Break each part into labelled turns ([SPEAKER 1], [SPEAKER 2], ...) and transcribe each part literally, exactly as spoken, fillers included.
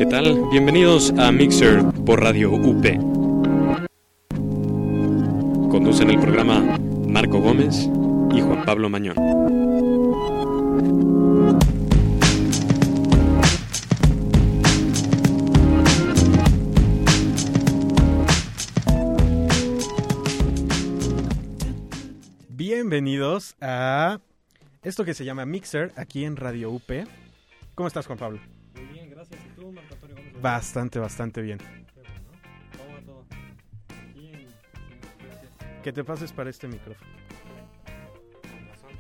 [SPEAKER 1] tal? Bienvenidos a Mixer por Radio U P. Conducen el programa Marco Gómez y Juan Pablo Mañón.
[SPEAKER 2] Bienvenidos a esto que se llama Mixer aquí en Radio U P. ¿Cómo estás, Juan Pablo?
[SPEAKER 3] Muy bien, gracias. ¿Y tú, Marco Antonio Gómez?
[SPEAKER 2] Bastante, bastante bien.
[SPEAKER 3] Qué bueno. ¿Cómo va todo? Bien, gracias.
[SPEAKER 2] Que te pases para este micrófono.
[SPEAKER 3] Con razón.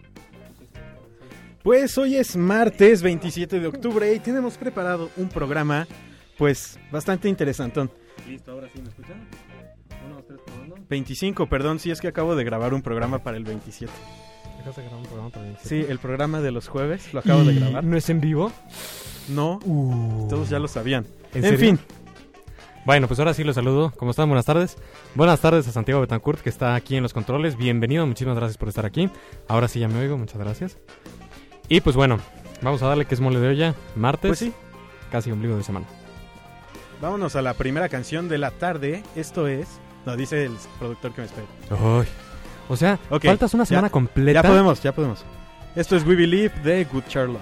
[SPEAKER 2] Pues hoy es martes veintisiete de octubre y tenemos preparado un programa, pues, bastante interesantón.
[SPEAKER 3] Listo, ahora sí, ¿me escuchan? Uno, dos, tres, probando.
[SPEAKER 2] veinticinco, perdón, si es que acabo de grabar un programa para el veintisiete.
[SPEAKER 3] ¿Acabas de grabar un programa para el
[SPEAKER 2] Sí, el programa de los jueves lo acabo de grabar.
[SPEAKER 4] ¿No es en vivo?
[SPEAKER 2] No,
[SPEAKER 4] Uh.
[SPEAKER 2] todos ya lo sabían.
[SPEAKER 4] ¿En
[SPEAKER 2] En
[SPEAKER 4] serio?
[SPEAKER 2] fin,
[SPEAKER 4] Bueno, pues ahora sí los saludo. ¿Cómo están? Buenas tardes. Buenas tardes a Santiago Betancourt, que está aquí en los controles. Bienvenido, muchísimas gracias por estar aquí. Ahora sí ya me oigo, muchas gracias. Y pues bueno, vamos a darle que es mole de olla. Martes,
[SPEAKER 2] pues sí,
[SPEAKER 4] casi ombligo de semana.
[SPEAKER 2] vámonos a la primera canción de la tarde. Esto es... No, dice el productor que me espere.
[SPEAKER 4] Uy. O sea,
[SPEAKER 2] Ok,
[SPEAKER 4] faltas una
[SPEAKER 2] ya-
[SPEAKER 4] semana completa.
[SPEAKER 2] Ya podemos, ya podemos. Esto es We Believe de Good Charlotte.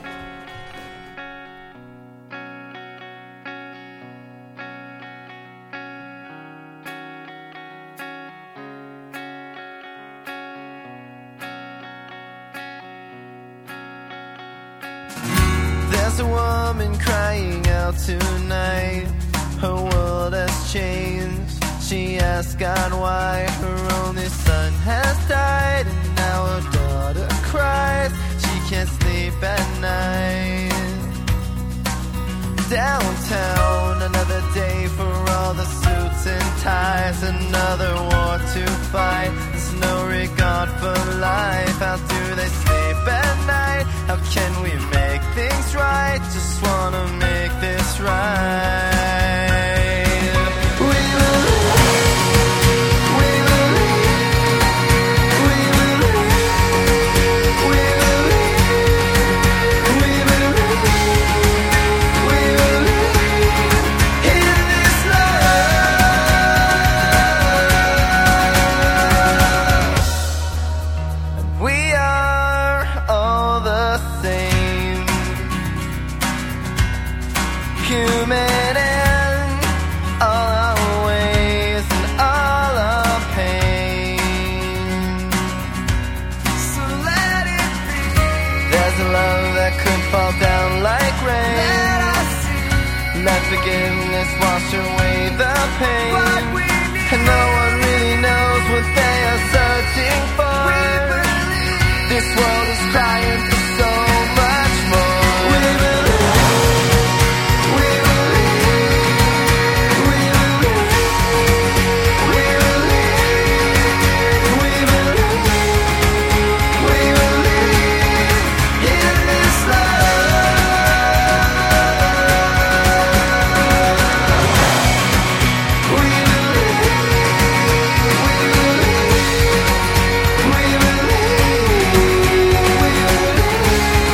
[SPEAKER 5] There's a woman crying out tonight. Her world has changed. She asks God why her only son has died, and now her daughter cries. She can't sleep at night. Downtown, another day for all the suits and ties. Another war to fight. There's no regard for life. How do they sleep at night? How can we make things right? Just wanna make this right. We believe, we believe, we believe, we believe, we believe, we believe in this love. We are all the same, human in all our ways and all our pain. So let it be. There's a love that could fall down like rain. Let us see. Let forgiveness wash away the pain. What we need. And no one really knows what they are searching for. We believe. This world is crying for so much more. We believe. We believe. We believe. We believe. We believe. We believe in this love. We believe. We believe. We believe. We believe.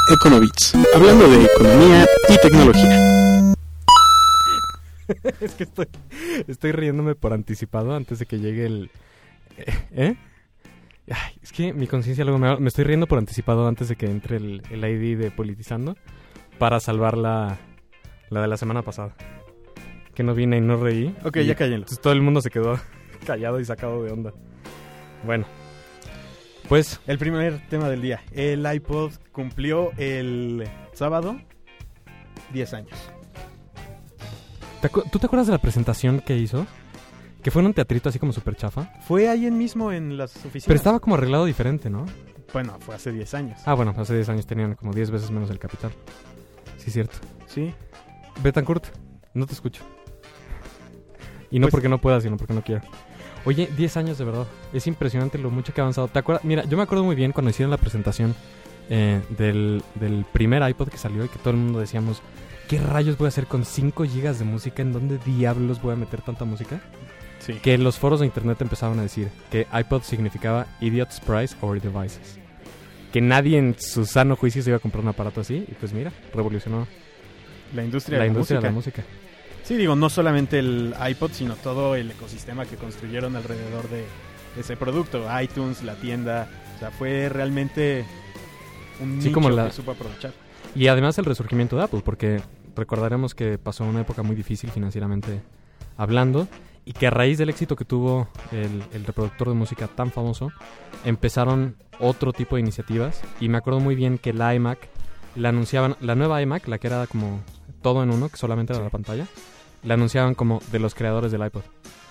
[SPEAKER 1] Econobits, hablando de economía y tecnología.
[SPEAKER 4] Es que estoy, estoy riéndome por anticipado antes de que llegue el... ¿Eh? Ay, es que mi conciencia luego me, me estoy riendo por anticipado antes de que entre el, el I D de Politizando para salvar la, la de la semana pasada. Que no vine y no reí.
[SPEAKER 2] Ok,
[SPEAKER 4] y
[SPEAKER 2] ya cállenlo.
[SPEAKER 4] Entonces todo el mundo se quedó callado y sacado de onda. Bueno, pues...
[SPEAKER 2] El primer tema del día. El iPod cumplió el sábado diez años.
[SPEAKER 4] ¿te acu- ¿Tú te acuerdas de la presentación que hizo? Que fue en un teatrito así como súper chafa.
[SPEAKER 2] Fue ahí en mismo en las oficinas.
[SPEAKER 4] Pero estaba como arreglado diferente, ¿no?
[SPEAKER 2] Bueno, fue hace diez años.
[SPEAKER 4] Ah, bueno, hace diez años tenían como diez veces menos el capital. Sí, cierto.
[SPEAKER 2] Sí.
[SPEAKER 4] Betancourt, no te escucho. Y no
[SPEAKER 2] Pues-
[SPEAKER 4] porque no pueda, sino porque no quiero. Oye, diez años de verdad. Es impresionante lo mucho que ha avanzado. ¿Te acuerdas? Mira, yo me acuerdo muy bien cuando hicieron la presentación eh, del, del primer iPod que salió y que todo el mundo decíamos, ¿qué rayos voy a hacer con cinco gigas de música? ¿En dónde diablos voy a meter tanta música?
[SPEAKER 2] Sí.
[SPEAKER 4] Que los foros de internet empezaban a decir que iPod significaba Idiot's Price over Devices. Que nadie en su sano juicio se iba a comprar un aparato así. Y pues mira, revolucionó
[SPEAKER 2] La industria,
[SPEAKER 4] la
[SPEAKER 2] de, la
[SPEAKER 4] industria de
[SPEAKER 2] música.
[SPEAKER 4] la música.
[SPEAKER 2] Sí, digo, no solamente el iPod, sino todo el ecosistema que construyeron alrededor de ese producto. iTunes, la tienda. O sea, fue realmente un
[SPEAKER 4] Sí,
[SPEAKER 2] nicho
[SPEAKER 4] como la-
[SPEAKER 2] que supo aprovechar.
[SPEAKER 4] Y además el resurgimiento de Apple, porque recordaremos que pasó una época muy difícil financieramente hablando, y que a raíz del éxito que tuvo el, el reproductor de música tan famoso, empezaron otro tipo de iniciativas. Y me acuerdo muy bien que la iMac, la anunciaban, la nueva iMac, la que era como todo en uno, que solamente era la pantalla, la anunciaban como de los creadores del iPod.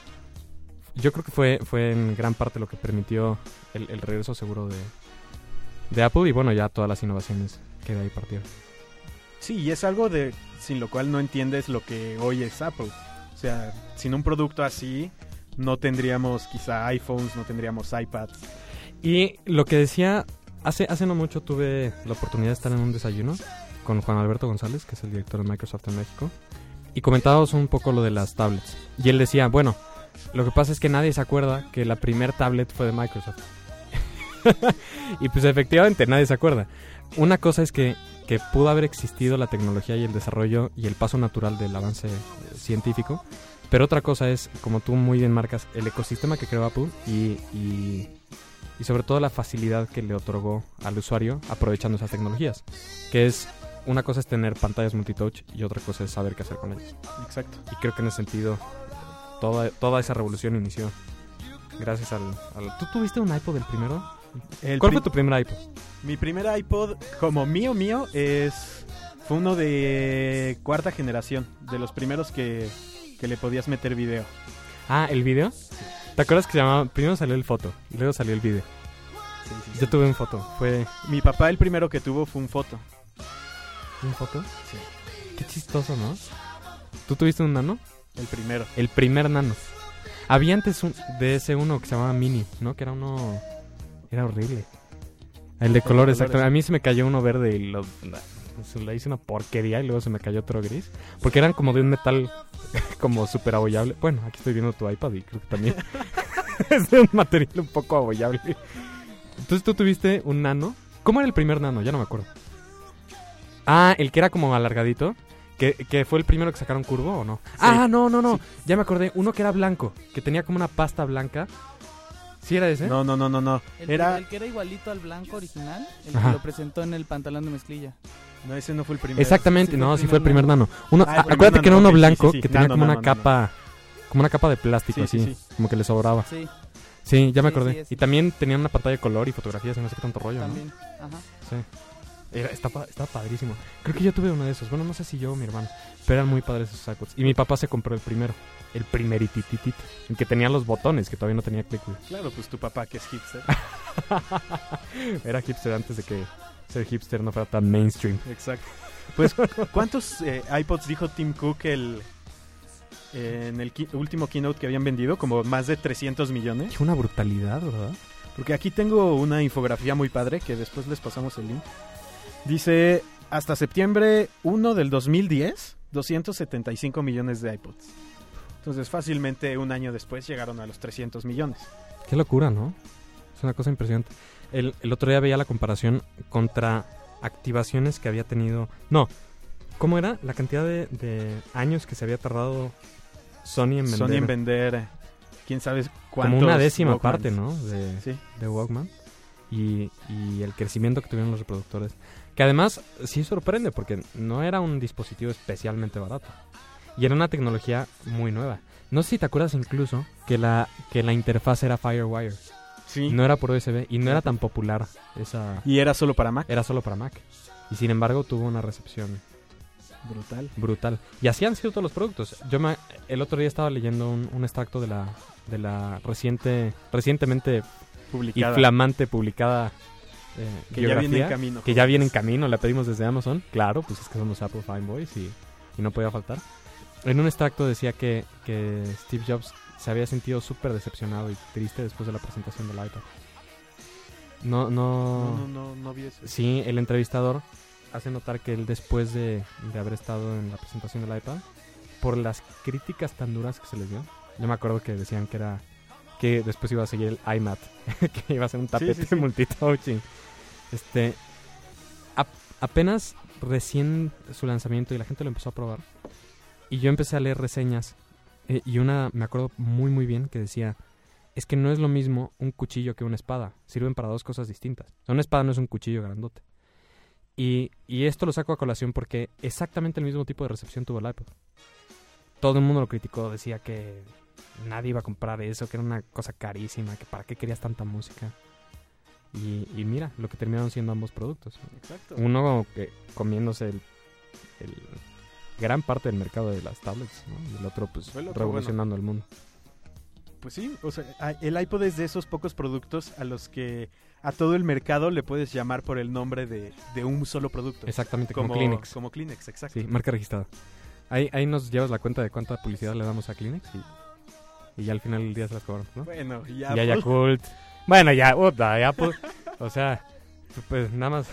[SPEAKER 4] Yo creo que fue, fue en gran parte lo que permitió el, el regreso seguro de, de Apple, y bueno, ya todas las innovaciones que de ahí partieron.
[SPEAKER 2] Sí, y es algo de sin lo cual no entiendes lo que hoy es Apple. O sea, sin un producto así no tendríamos quizá iPhones, no tendríamos iPads.
[SPEAKER 4] Y lo que decía, hace, hace no mucho tuve la oportunidad de estar en un desayuno con Juan Alberto González, que es el director de Microsoft en México, y comentábamos un poco lo de las tablets. Y él decía, bueno, lo que pasa es que nadie se acuerda que la primer tablet fue de Microsoft. Y pues efectivamente nadie se acuerda. Una cosa es que, que pudo haber existido la tecnología y el desarrollo y el paso natural del avance eh, científico, pero otra cosa es, como tú muy bien marcas, el ecosistema que creó Apple y, y, y sobre todo la facilidad que le otorgó al usuario aprovechando esas tecnologías, que es, una cosa es tener pantallas multitouch y otra cosa es saber qué hacer con ellas.
[SPEAKER 2] Exacto.
[SPEAKER 4] Y creo que en ese sentido toda, toda esa revolución inició gracias al, al... ¿Tú tuviste un iPod el primero?
[SPEAKER 2] El
[SPEAKER 4] ¿Cuál
[SPEAKER 2] pri-
[SPEAKER 4] fue tu primer iPod?
[SPEAKER 2] Mi primer iPod, como mío mío, es fue uno de cuarta generación, de los primeros que, que le podías meter video.
[SPEAKER 4] Ah, ¿el video? ¿Te acuerdas que se llamaba? Primero salió el foto y luego salió el video.
[SPEAKER 2] Sí, sí, sí.
[SPEAKER 4] Yo tuve un foto. ¿Fue
[SPEAKER 2] Mi papá el primero que tuvo fue un foto.
[SPEAKER 4] un foto?
[SPEAKER 2] Sí.
[SPEAKER 4] Qué chistoso, ¿no? ¿Tú tuviste un nano?
[SPEAKER 2] El primero.
[SPEAKER 4] El primer nano. Había antes un, de ese uno que se llamaba Mini, ¿no? Que era uno... Era horrible. El de color,
[SPEAKER 2] colores.
[SPEAKER 4] exacto. A mí se me cayó uno verde y lo... Se le hice una porquería y luego se me cayó otro gris. Porque eran como de un metal como súper abollable. Bueno, aquí estoy viendo tu iPad y creo que también es de un material un poco abollable. Entonces tú tuviste un nano. ¿Cómo era el primer nano? Ya no me acuerdo. Ah, el que era como alargadito. ¿Que, que fue el primero que sacaron curvo o no? Ah, no, no, no. Ya me acordé. Uno que era blanco. Que tenía como una pasta blanca. ¿Sí era ese?
[SPEAKER 2] No, no, no, no, no.
[SPEAKER 6] El,
[SPEAKER 2] Era,
[SPEAKER 6] el que era igualito al blanco original, el
[SPEAKER 4] Ajá.
[SPEAKER 6] que lo presentó en el pantalón de mezclilla.
[SPEAKER 2] no, ese no fue el primero.
[SPEAKER 4] Exactamente,
[SPEAKER 6] Sí, fue
[SPEAKER 4] no,
[SPEAKER 6] el
[SPEAKER 4] sí fue el primer
[SPEAKER 6] primer
[SPEAKER 4] nano. Uno,
[SPEAKER 2] Ah,
[SPEAKER 4] a-
[SPEAKER 2] el primer
[SPEAKER 4] acuérdate que era
[SPEAKER 2] nano,
[SPEAKER 4] uno
[SPEAKER 2] ok, sí,
[SPEAKER 4] blanco
[SPEAKER 2] sí, sí.
[SPEAKER 4] que tenía
[SPEAKER 2] Nano,
[SPEAKER 4] como una
[SPEAKER 2] nano, nano.
[SPEAKER 4] capa, como una capa de plástico
[SPEAKER 2] Sí, sí,
[SPEAKER 4] así,
[SPEAKER 2] sí.
[SPEAKER 4] como que le sobraba.
[SPEAKER 6] Sí,
[SPEAKER 4] Sí, ya me
[SPEAKER 6] Sí,
[SPEAKER 4] acordé.
[SPEAKER 6] sí, es.
[SPEAKER 4] Y también tenía una pantalla de color y fotografías y no sé qué tanto rollo,
[SPEAKER 6] también. Ajá.
[SPEAKER 4] ¿no? Sí. Era, estaba, estaba padrísimo. Creo que yo tuve uno de esos. Bueno, no sé si yo o mi hermano. Pero eran muy padres esos iPods. Y mi papá se compró el primero. El primeritititito. El que tenía los botones, que todavía no tenía click wheel.
[SPEAKER 2] Claro, pues tu papá que es hipster.
[SPEAKER 4] Era hipster antes de que ser hipster no fuera tan mainstream.
[SPEAKER 2] Exacto. Pues, ¿cuántos eh, iPods dijo Tim Cook el, en el ki- último keynote que habían vendido? Como más de trescientos millones.
[SPEAKER 4] Qué una brutalidad, ¿verdad?
[SPEAKER 2] Porque aquí tengo una infografía muy padre que después les pasamos el link. Dice, hasta septiembre primero del dos mil diez, doscientos setenta y cinco millones de iPods. Entonces fácilmente un año después llegaron a los trescientos millones.
[SPEAKER 4] Qué locura, ¿no? Es una cosa impresionante. El, el otro día veía la comparación contra activaciones que había tenido... No, ¿cómo era? La cantidad de, de años que se había tardado Sony en vender.
[SPEAKER 2] Sony en vender, eh, quién sabe cuántos.
[SPEAKER 4] Como una décima
[SPEAKER 2] Walkmans.
[SPEAKER 4] parte, ¿no? De,
[SPEAKER 2] Sí.
[SPEAKER 4] de Walkman. Y, y el crecimiento que tuvieron los reproductores. Que además sí sorprende porque no era un dispositivo especialmente barato. Y era una tecnología muy nueva. No sé si te acuerdas incluso que la, que la interfaz era Firewire.
[SPEAKER 2] Sí.
[SPEAKER 4] No era por U S B y no era tan popular esa...
[SPEAKER 2] Y era solo para Mac.
[SPEAKER 4] Era solo para Mac. Y sin embargo tuvo una recepción
[SPEAKER 2] Brutal.
[SPEAKER 4] brutal. Y así han sido todos los productos. Yo me, el otro día estaba leyendo un, un extracto de la, de la reciente, recientemente
[SPEAKER 2] Publicada.
[SPEAKER 4] y flamante publicada eh,
[SPEAKER 2] que ya
[SPEAKER 4] biografía,
[SPEAKER 2] viene en camino.
[SPEAKER 4] que ya viene en camino, la pedimos desde Amazon. Claro, pues es que somos Apple Fanboys y, y no podía faltar. En un extracto decía que, que Steve Jobs se había sentido súper decepcionado y triste después de la presentación del iPad. No, no...
[SPEAKER 2] No, no, no, no vi eso.
[SPEAKER 4] Sí, el entrevistador hace notar que él después de, de haber estado en la presentación del iPad, por las críticas tan duras que se les dio, yo me acuerdo que decían que era que después iba a seguir el iMac, que iba a ser un tapete
[SPEAKER 2] Sí, sí, sí.
[SPEAKER 4] multitouching. Este, ap- apenas recién su lanzamiento y la gente lo empezó a probar, y yo empecé a leer reseñas, eh, y una me acuerdo muy muy bien que decía, es que no es lo mismo un cuchillo que una espada, sirven para dos cosas distintas. O sea, una espada no es un cuchillo grandote. Y, y esto lo saco a colación porque exactamente el mismo tipo de recepción tuvo el iPod. Todo el mundo lo criticó, decía que nadie iba a comprar eso, que era una cosa carísima, que para qué querías tanta música. Y, y mira, lo que terminaron siendo ambos productos.
[SPEAKER 2] Exacto.
[SPEAKER 4] Uno que comiéndose el, el gran parte del mercado de las tablets, ¿no? Y el otro pues
[SPEAKER 2] Fue el otro,
[SPEAKER 4] revolucionando el mundo.
[SPEAKER 2] Pues sí, o sea, a- el iPod es de esos pocos productos a los que a todo el mercado le puedes llamar por el nombre de, de un solo producto.
[SPEAKER 4] Exactamente, como, Kleenex.
[SPEAKER 2] Como Kleenex, exacto.
[SPEAKER 4] Sí, marca registrada. Ahí, ahí nos llevas la cuenta de cuánta publicidad le damos a Kleenex y, y ya al final del día se las cobramos, ¿no?
[SPEAKER 2] Bueno, y
[SPEAKER 4] Y a
[SPEAKER 2] Apple,
[SPEAKER 4] Yakult. Bueno, ya, puta, ya, pues, o sea, pues nada más,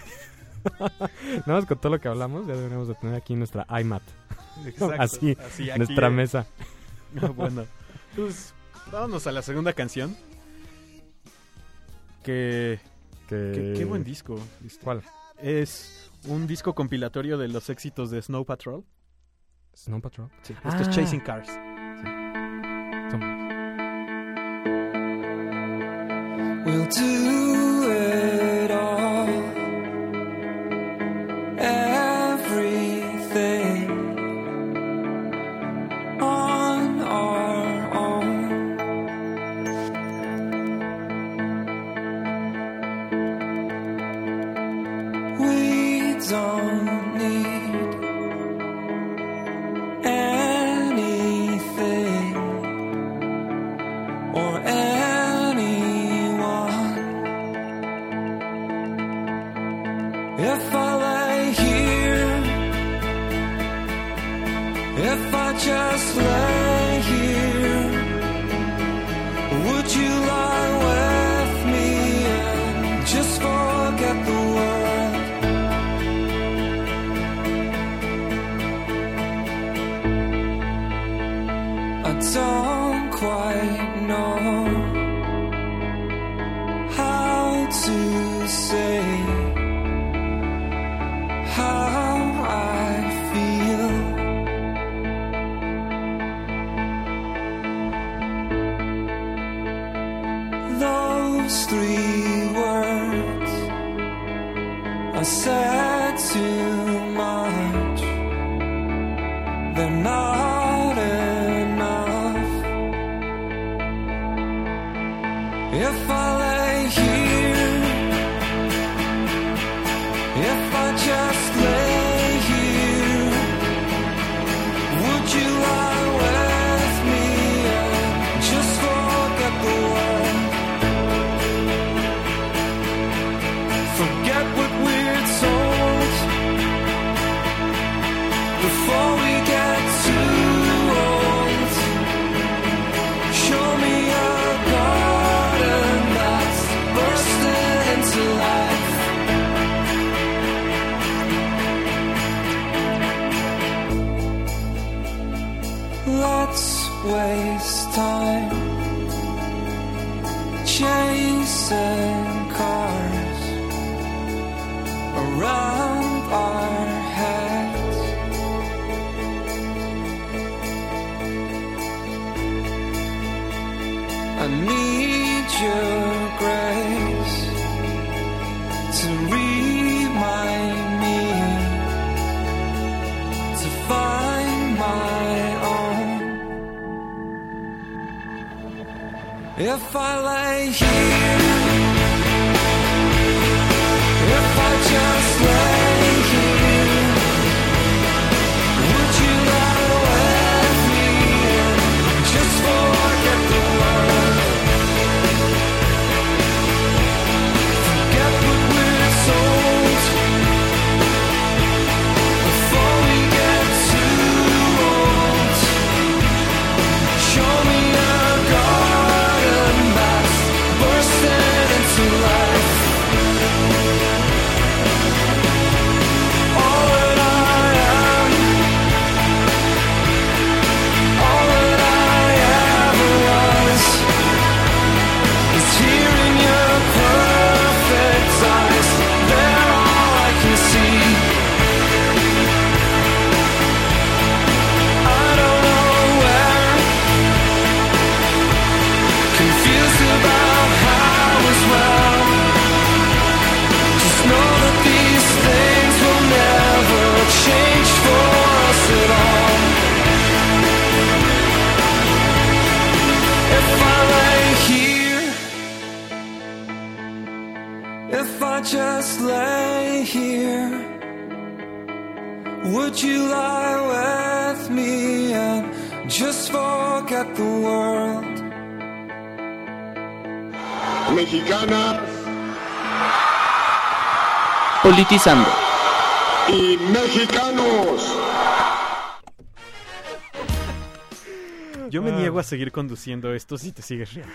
[SPEAKER 4] nada más con todo lo que hablamos, ya deberíamos de tener aquí nuestra iMac,
[SPEAKER 2] exacto,
[SPEAKER 4] así,
[SPEAKER 2] así aquí,
[SPEAKER 4] nuestra
[SPEAKER 2] eh.
[SPEAKER 4] mesa.
[SPEAKER 2] Bueno, pues vámonos a la segunda canción. Que,
[SPEAKER 4] Que...
[SPEAKER 2] que- qué buen disco. este.
[SPEAKER 4] ¿Cuál?
[SPEAKER 2] Es un disco compilatorio de los éxitos de Snow Patrol.
[SPEAKER 4] Snow Patrol.
[SPEAKER 2] Sí. Esto es
[SPEAKER 4] Ah.
[SPEAKER 2] Chasing Cars.
[SPEAKER 7] We'll do it all, everything on our own. We don't need anything or anyone. If I lay here, if I just lay here, would you lie with me and just forget the world? I don't quite know how to say how I feel. Those three words I said too much. They're not enough. If I lay here, if I just lay here, would you lie with me and just forget the world? Forget what we're told before we get too old. Show me a garden that's bursting into life. Let's waste time chasing cars around our heads. I need your grace to remind me to find my own. If I lay here, if I just lay here, would you lie with me and just forget the world? Forget what we're told before we get too old. Show me a garden that's bursting into life. All that I am, all that I ever was, is here in your perfect eyes. They're all I can see. I don't know where, confused about how as well. Just know that these things will never change for us at all. If I lay here, if I just lay here, would you lie with me and just forget the world?
[SPEAKER 8] Mexicanas
[SPEAKER 9] Politizando.
[SPEAKER 8] y mexicanos.
[SPEAKER 2] Yo me
[SPEAKER 4] Ah.
[SPEAKER 2] niego a seguir conduciendo esto si te sigues riendo.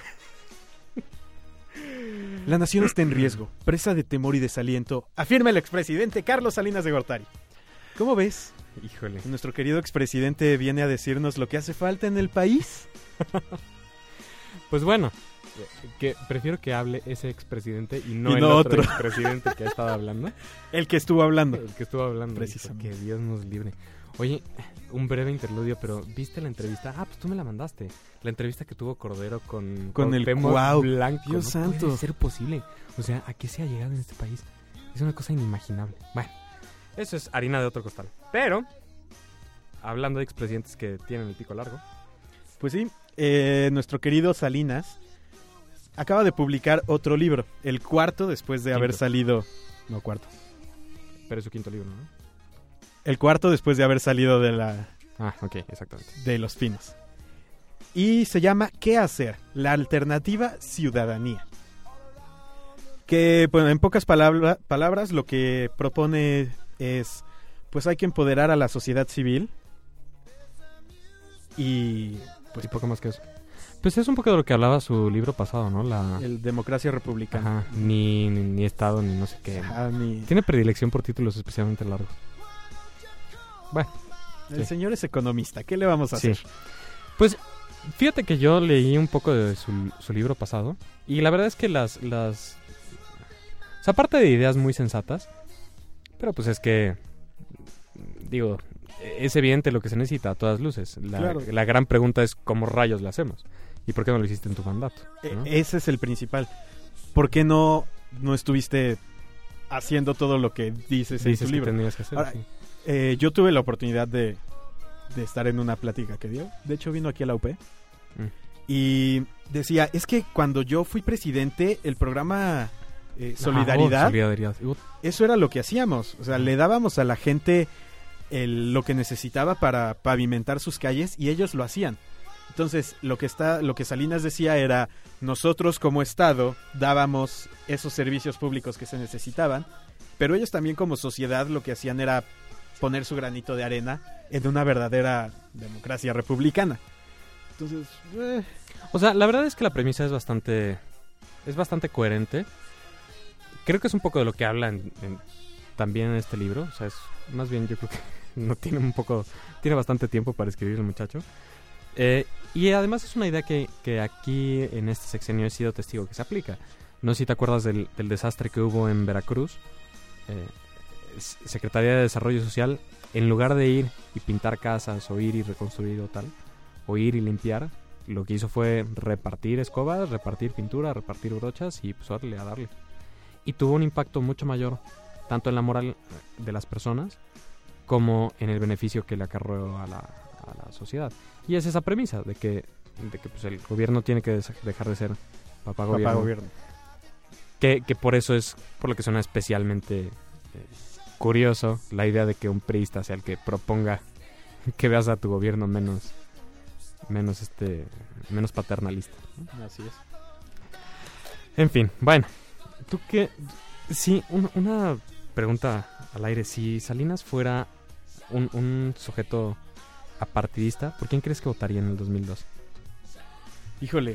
[SPEAKER 2] La nación está en riesgo, presa de temor y desaliento, afirma el expresidente Carlos Salinas de Gortari. ¿Cómo ves?
[SPEAKER 4] Híjole.
[SPEAKER 2] Nuestro querido expresidente viene a decirnos lo que hace falta en el país.
[SPEAKER 4] Pues bueno, que prefiero que hable ese expresidente y no
[SPEAKER 2] Y
[SPEAKER 4] el
[SPEAKER 2] no
[SPEAKER 4] otro,
[SPEAKER 2] otro.
[SPEAKER 4] expresidente que ha estado hablando.
[SPEAKER 2] El que estuvo hablando.
[SPEAKER 4] El que estuvo hablando.
[SPEAKER 2] Precisamente.
[SPEAKER 4] Que Dios nos libre. Oye, un breve interludio, pero ¿viste la entrevista? Ah, pues tú me la mandaste. La entrevista que tuvo Cordero con...
[SPEAKER 2] Con el
[SPEAKER 4] Cuauhtémoc
[SPEAKER 2] Cuau.
[SPEAKER 4] Blanco.
[SPEAKER 2] Dios
[SPEAKER 4] no
[SPEAKER 2] santo.
[SPEAKER 4] puede ser posible. O sea, ¿a qué se ha llegado en este país? Es una cosa inimaginable. Bueno, eso es harina de otro costal. Pero, hablando de expresidentes que tienen el pico largo.
[SPEAKER 2] Pues sí, eh, nuestro querido Salinas acaba de publicar otro libro, el cuarto después de
[SPEAKER 4] Quinto.
[SPEAKER 2] haber salido... No, cuarto.
[SPEAKER 4] Pero es su quinto libro, ¿no?
[SPEAKER 2] El cuarto después de haber salido de la
[SPEAKER 4] Ah, ok, exactamente.
[SPEAKER 2] de Los Pinos. Y se llama ¿Qué hacer? La alternativa ciudadanía. Que, bueno, en pocas palabra- palabras lo que propone es, pues hay que empoderar a la sociedad civil y
[SPEAKER 4] Pues poco más que eso. Pues es un poco de lo que hablaba su libro pasado, ¿no? La...
[SPEAKER 2] el democracia republicana.
[SPEAKER 4] Ajá, ni, ni, ni Estado, ni no sé qué.
[SPEAKER 2] Ajá, mi-
[SPEAKER 4] Tiene predilección por títulos especialmente largos. Bueno,
[SPEAKER 2] el
[SPEAKER 4] sí.
[SPEAKER 2] señor es economista, ¿qué le vamos a
[SPEAKER 4] Sí.
[SPEAKER 2] hacer?
[SPEAKER 4] Pues fíjate que yo leí un poco de su, su libro pasado y la verdad es que las, las... O sea, aparte de ideas muy sensatas, pero pues es que, digo, es evidente lo que se necesita a todas luces. La,
[SPEAKER 2] Claro.
[SPEAKER 4] la gran pregunta es cómo rayos lo hacemos y por qué no lo hiciste en tu mandato, ¿no?
[SPEAKER 2] E- ese es el principal. ¿Por qué no, no estuviste haciendo todo lo que dices, en
[SPEAKER 4] Dices
[SPEAKER 2] tu
[SPEAKER 4] que
[SPEAKER 2] libro?
[SPEAKER 4] tenías que hacer.
[SPEAKER 2] Ahora,
[SPEAKER 4] sí.
[SPEAKER 2] Eh, yo tuve la oportunidad de, de estar en una plática que dio. De hecho, vino aquí a la U P.
[SPEAKER 4] Mm.
[SPEAKER 2] Y decía, es que cuando yo fui presidente, el programa eh,
[SPEAKER 4] Ajá,
[SPEAKER 2] Solidaridad,
[SPEAKER 4] oh, solidaridad. Uh,
[SPEAKER 2] eso era lo que hacíamos. O sea, le dábamos a la gente el- lo que necesitaba para pavimentar sus calles y ellos lo hacían. Entonces, lo que está, lo que Salinas decía era, nosotros como Estado dábamos esos servicios públicos que se necesitaban, pero ellos también como sociedad lo que hacían era poner su granito de arena en una verdadera democracia republicana. Entonces, eh,
[SPEAKER 4] O sea, la verdad es que la premisa es bastante es bastante coherente. Creo que es un poco de lo que habla en- en- también en este libro. O sea, es más bien yo creo que no tiene un poco tiene bastante tiempo para escribir el muchacho. Eh, y además es una idea que, que aquí en este sexenio he sido testigo que se aplica. No sé si te acuerdas del, del desastre que hubo en Veracruz. Eh, s- Secretaría de Desarrollo Social, en lugar de ir y pintar casas o ir y reconstruir o tal, o ir y limpiar, lo que hizo fue repartir escobas, repartir pintura, repartir brochas y pues órale, a darle. Y tuvo un impacto mucho mayor, tanto en la moral de las personas como en el beneficio que le acarreó a la, a la sociedad. Y es esa premisa de que, de que pues el gobierno tiene que des- dejar de ser papá gobierno.
[SPEAKER 2] Papá gobierno.
[SPEAKER 4] Que, que por eso es por lo que suena especialmente eh, curioso la idea de que un priista sea el que proponga que veas a tu gobierno menos menos este menos paternalista, ¿no?
[SPEAKER 2] Así es.
[SPEAKER 4] En fin, bueno, tú qué sí, un- una pregunta al aire, si Salinas fuera un, un sujeto apartidista, ¿por quién crees que votaría en el dos mil dos?
[SPEAKER 2] Híjole.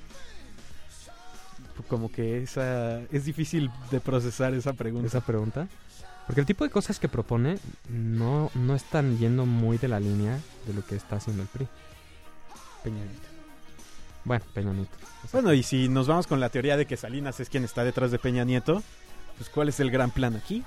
[SPEAKER 2] Como que esa es difícil de procesar esa pregunta.
[SPEAKER 4] Esa pregunta. Porque el tipo de cosas que propone no, no están yendo muy de la línea de lo que está haciendo el P R I.
[SPEAKER 2] Peña Nieto.
[SPEAKER 4] Bueno, Peña Nieto.
[SPEAKER 2] Bueno, y si nos vamos con la teoría de que Salinas es quien está detrás de Peña Nieto, pues ¿cuál es el gran plan aquí?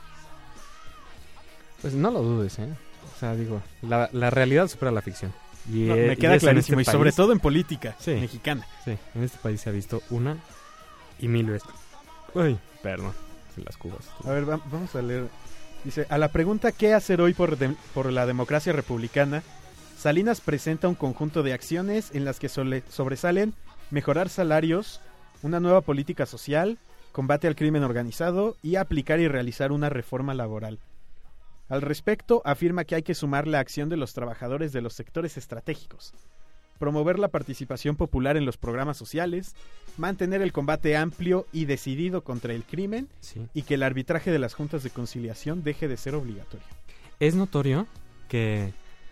[SPEAKER 4] Pues no lo dudes, ¿eh? O sea, digo, la, la realidad supera la ficción. Y,
[SPEAKER 2] No,
[SPEAKER 4] eh,
[SPEAKER 2] me
[SPEAKER 4] y
[SPEAKER 2] queda
[SPEAKER 4] eso en
[SPEAKER 2] clarísimo,
[SPEAKER 4] este
[SPEAKER 2] y sobre
[SPEAKER 4] país-
[SPEAKER 2] todo en política
[SPEAKER 4] Sí.
[SPEAKER 2] mexicana.
[SPEAKER 4] Sí, en este país se ha visto una y mil veces. Uy, perdón. Las cubas.
[SPEAKER 2] A ver, va- vamos a leer. Dice, a la pregunta ¿qué hacer hoy por, de- por la democracia republicana? Salinas presenta un conjunto de acciones en las que sole- sobresalen mejorar salarios, una nueva política social, combate al crimen organizado y aplicar y realizar una reforma laboral. Al respecto, afirma que hay que sumar la acción de los trabajadores de los sectores estratégicos, promover la participación popular en los programas sociales, mantener el combate amplio y decidido contra el crimen
[SPEAKER 4] Sí.
[SPEAKER 2] y que el arbitraje de las juntas de conciliación deje de ser obligatorio.
[SPEAKER 4] Es notorio que,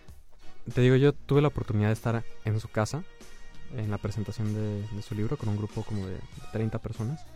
[SPEAKER 4] te digo, yo tuve la oportunidad de estar en su casa en la presentación de, de su libro con un grupo como de treinta personas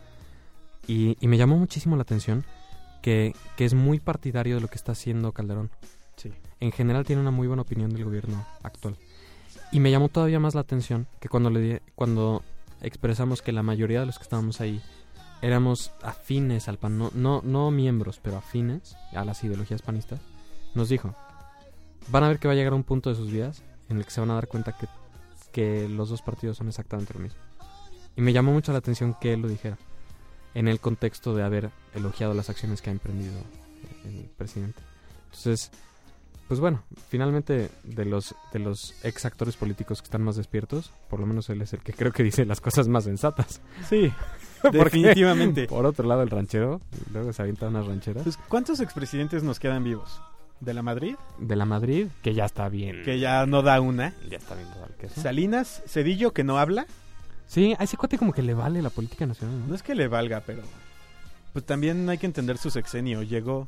[SPEAKER 4] y, y me llamó muchísimo la atención que, que es muy partidario de lo que está haciendo Calderón.
[SPEAKER 2] Sí.
[SPEAKER 4] En general tiene una muy buena opinión del gobierno actual. Y me llamó todavía más la atención que cuando le di- cuando expresamos que la mayoría de los que estábamos ahí éramos afines al PAN, no, no, no miembros, pero afines a las ideologías panistas, nos dijo, van a ver que va a llegar un punto de sus vidas en el que se van a dar cuenta que, que los dos partidos son exactamente lo mismo. Y me llamó mucho la atención que él lo dijera, en el contexto de haber elogiado las acciones que ha emprendido el presidente. Entonces, pues bueno, finalmente de los de los ex actores políticos que están más despiertos, por lo menos él es el que creo que dice las cosas más sensatas.
[SPEAKER 2] Sí,
[SPEAKER 4] Porque,
[SPEAKER 2] definitivamente.
[SPEAKER 4] Por otro lado, el ranchero, luego se avienta unas rancheras.
[SPEAKER 2] Pues, ¿cuántos expresidentes nos quedan vivos? ¿De la Madrid?
[SPEAKER 4] De la Madrid, que ya está bien.
[SPEAKER 2] Que ya no da una.
[SPEAKER 4] Ya está bien todo el queso.
[SPEAKER 2] Salinas, Cedillo, que no habla.
[SPEAKER 4] Sí, a ese cuate como que le vale la política nacional,
[SPEAKER 2] No
[SPEAKER 4] ¿no?
[SPEAKER 2] es que le valga, pero pues también hay que entender su sexenio. Llegó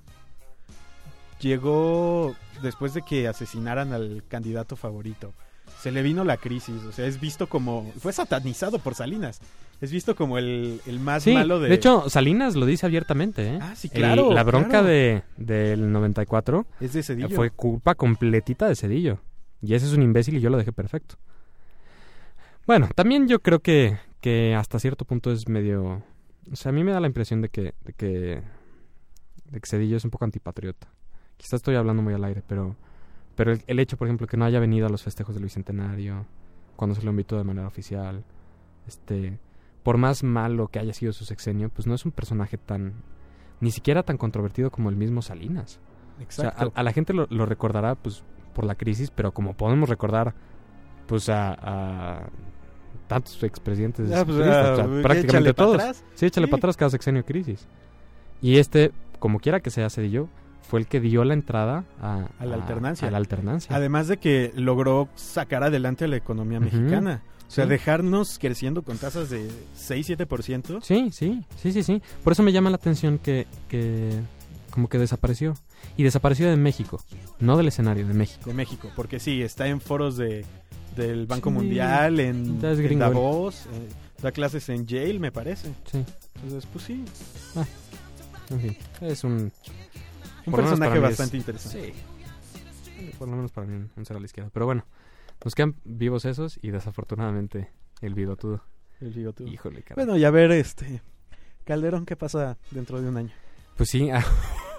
[SPEAKER 2] llegó después de que asesinaran al candidato favorito. Se le vino la crisis, o sea, es visto como... Fue satanizado por Salinas. Es visto como el, el más
[SPEAKER 4] Sí,
[SPEAKER 2] malo de...
[SPEAKER 4] de hecho, Salinas lo dice abiertamente, ¿eh?
[SPEAKER 2] Ah, sí,
[SPEAKER 4] El-
[SPEAKER 2] claro,
[SPEAKER 4] la bronca
[SPEAKER 2] claro.
[SPEAKER 4] de del noventa y cuatro
[SPEAKER 2] es de Cedillo.
[SPEAKER 4] fue culpa completita de Cedillo. Y ese es un imbécil y yo lo dejé perfecto. Bueno, también yo creo que, que hasta cierto punto es medio... O sea, a mí me da la impresión de que, de que, de que Cedillo es un poco antipatriota. Quizás estoy hablando muy al aire, pero, pero el, el hecho, por ejemplo, que no haya venido a los festejos del Bicentenario, cuando se lo invitó de manera oficial, este, por más malo que haya sido su sexenio, pues no es un personaje tan, ni siquiera tan controvertido como el mismo Salinas.
[SPEAKER 2] Exacto.
[SPEAKER 4] O sea, a, a la gente lo, lo recordará, pues, por la crisis, pero como podemos recordar, pues, a, a tantos expresidentes,
[SPEAKER 2] Ah, pues,
[SPEAKER 4] priistas,
[SPEAKER 2] ah,
[SPEAKER 4] o sea,
[SPEAKER 2] échale
[SPEAKER 4] prácticamente
[SPEAKER 2] pa'
[SPEAKER 4] todos.
[SPEAKER 2] atrás.
[SPEAKER 4] Sí, échale
[SPEAKER 2] Sí.
[SPEAKER 4] para atrás cada sexenio crisis. Y este, como quiera que sea Cedillo, fue el que dio la entrada a,
[SPEAKER 2] A la alternancia.
[SPEAKER 4] A la alternancia.
[SPEAKER 2] Además de que logró sacar adelante a la economía
[SPEAKER 4] Ujú.
[SPEAKER 2] mexicana. O sea,
[SPEAKER 4] Sí.
[SPEAKER 2] dejarnos creciendo con tasas de seis siete por ciento.
[SPEAKER 4] Sí, sí, sí, sí, sí. Por eso me llama la atención que, que como que desapareció. Y desapareció de México, no del escenario, de México.
[SPEAKER 2] De México, porque sí, está en foros de del Banco
[SPEAKER 4] Sí,
[SPEAKER 2] Mundial, en,
[SPEAKER 4] ya es
[SPEAKER 2] en
[SPEAKER 4] gringo.
[SPEAKER 2] Davos, eh, da clases en Yale, me parece.
[SPEAKER 4] Sí,
[SPEAKER 2] Entonces, pues sí,
[SPEAKER 4] en fin. Es un...
[SPEAKER 2] un
[SPEAKER 4] por lo menos
[SPEAKER 2] personaje
[SPEAKER 4] para mí
[SPEAKER 2] bastante
[SPEAKER 4] es-
[SPEAKER 2] interesante.
[SPEAKER 4] Sí. Por lo menos para mí, un cero a la izquierda. Pero bueno, nos quedan vivos esos y desafortunadamente el bigotudo.
[SPEAKER 2] El bigotudo.
[SPEAKER 4] Híjole, cara.
[SPEAKER 2] Bueno, y a ver, este Calderón, ¿qué pasa dentro de un año?
[SPEAKER 4] Pues sí,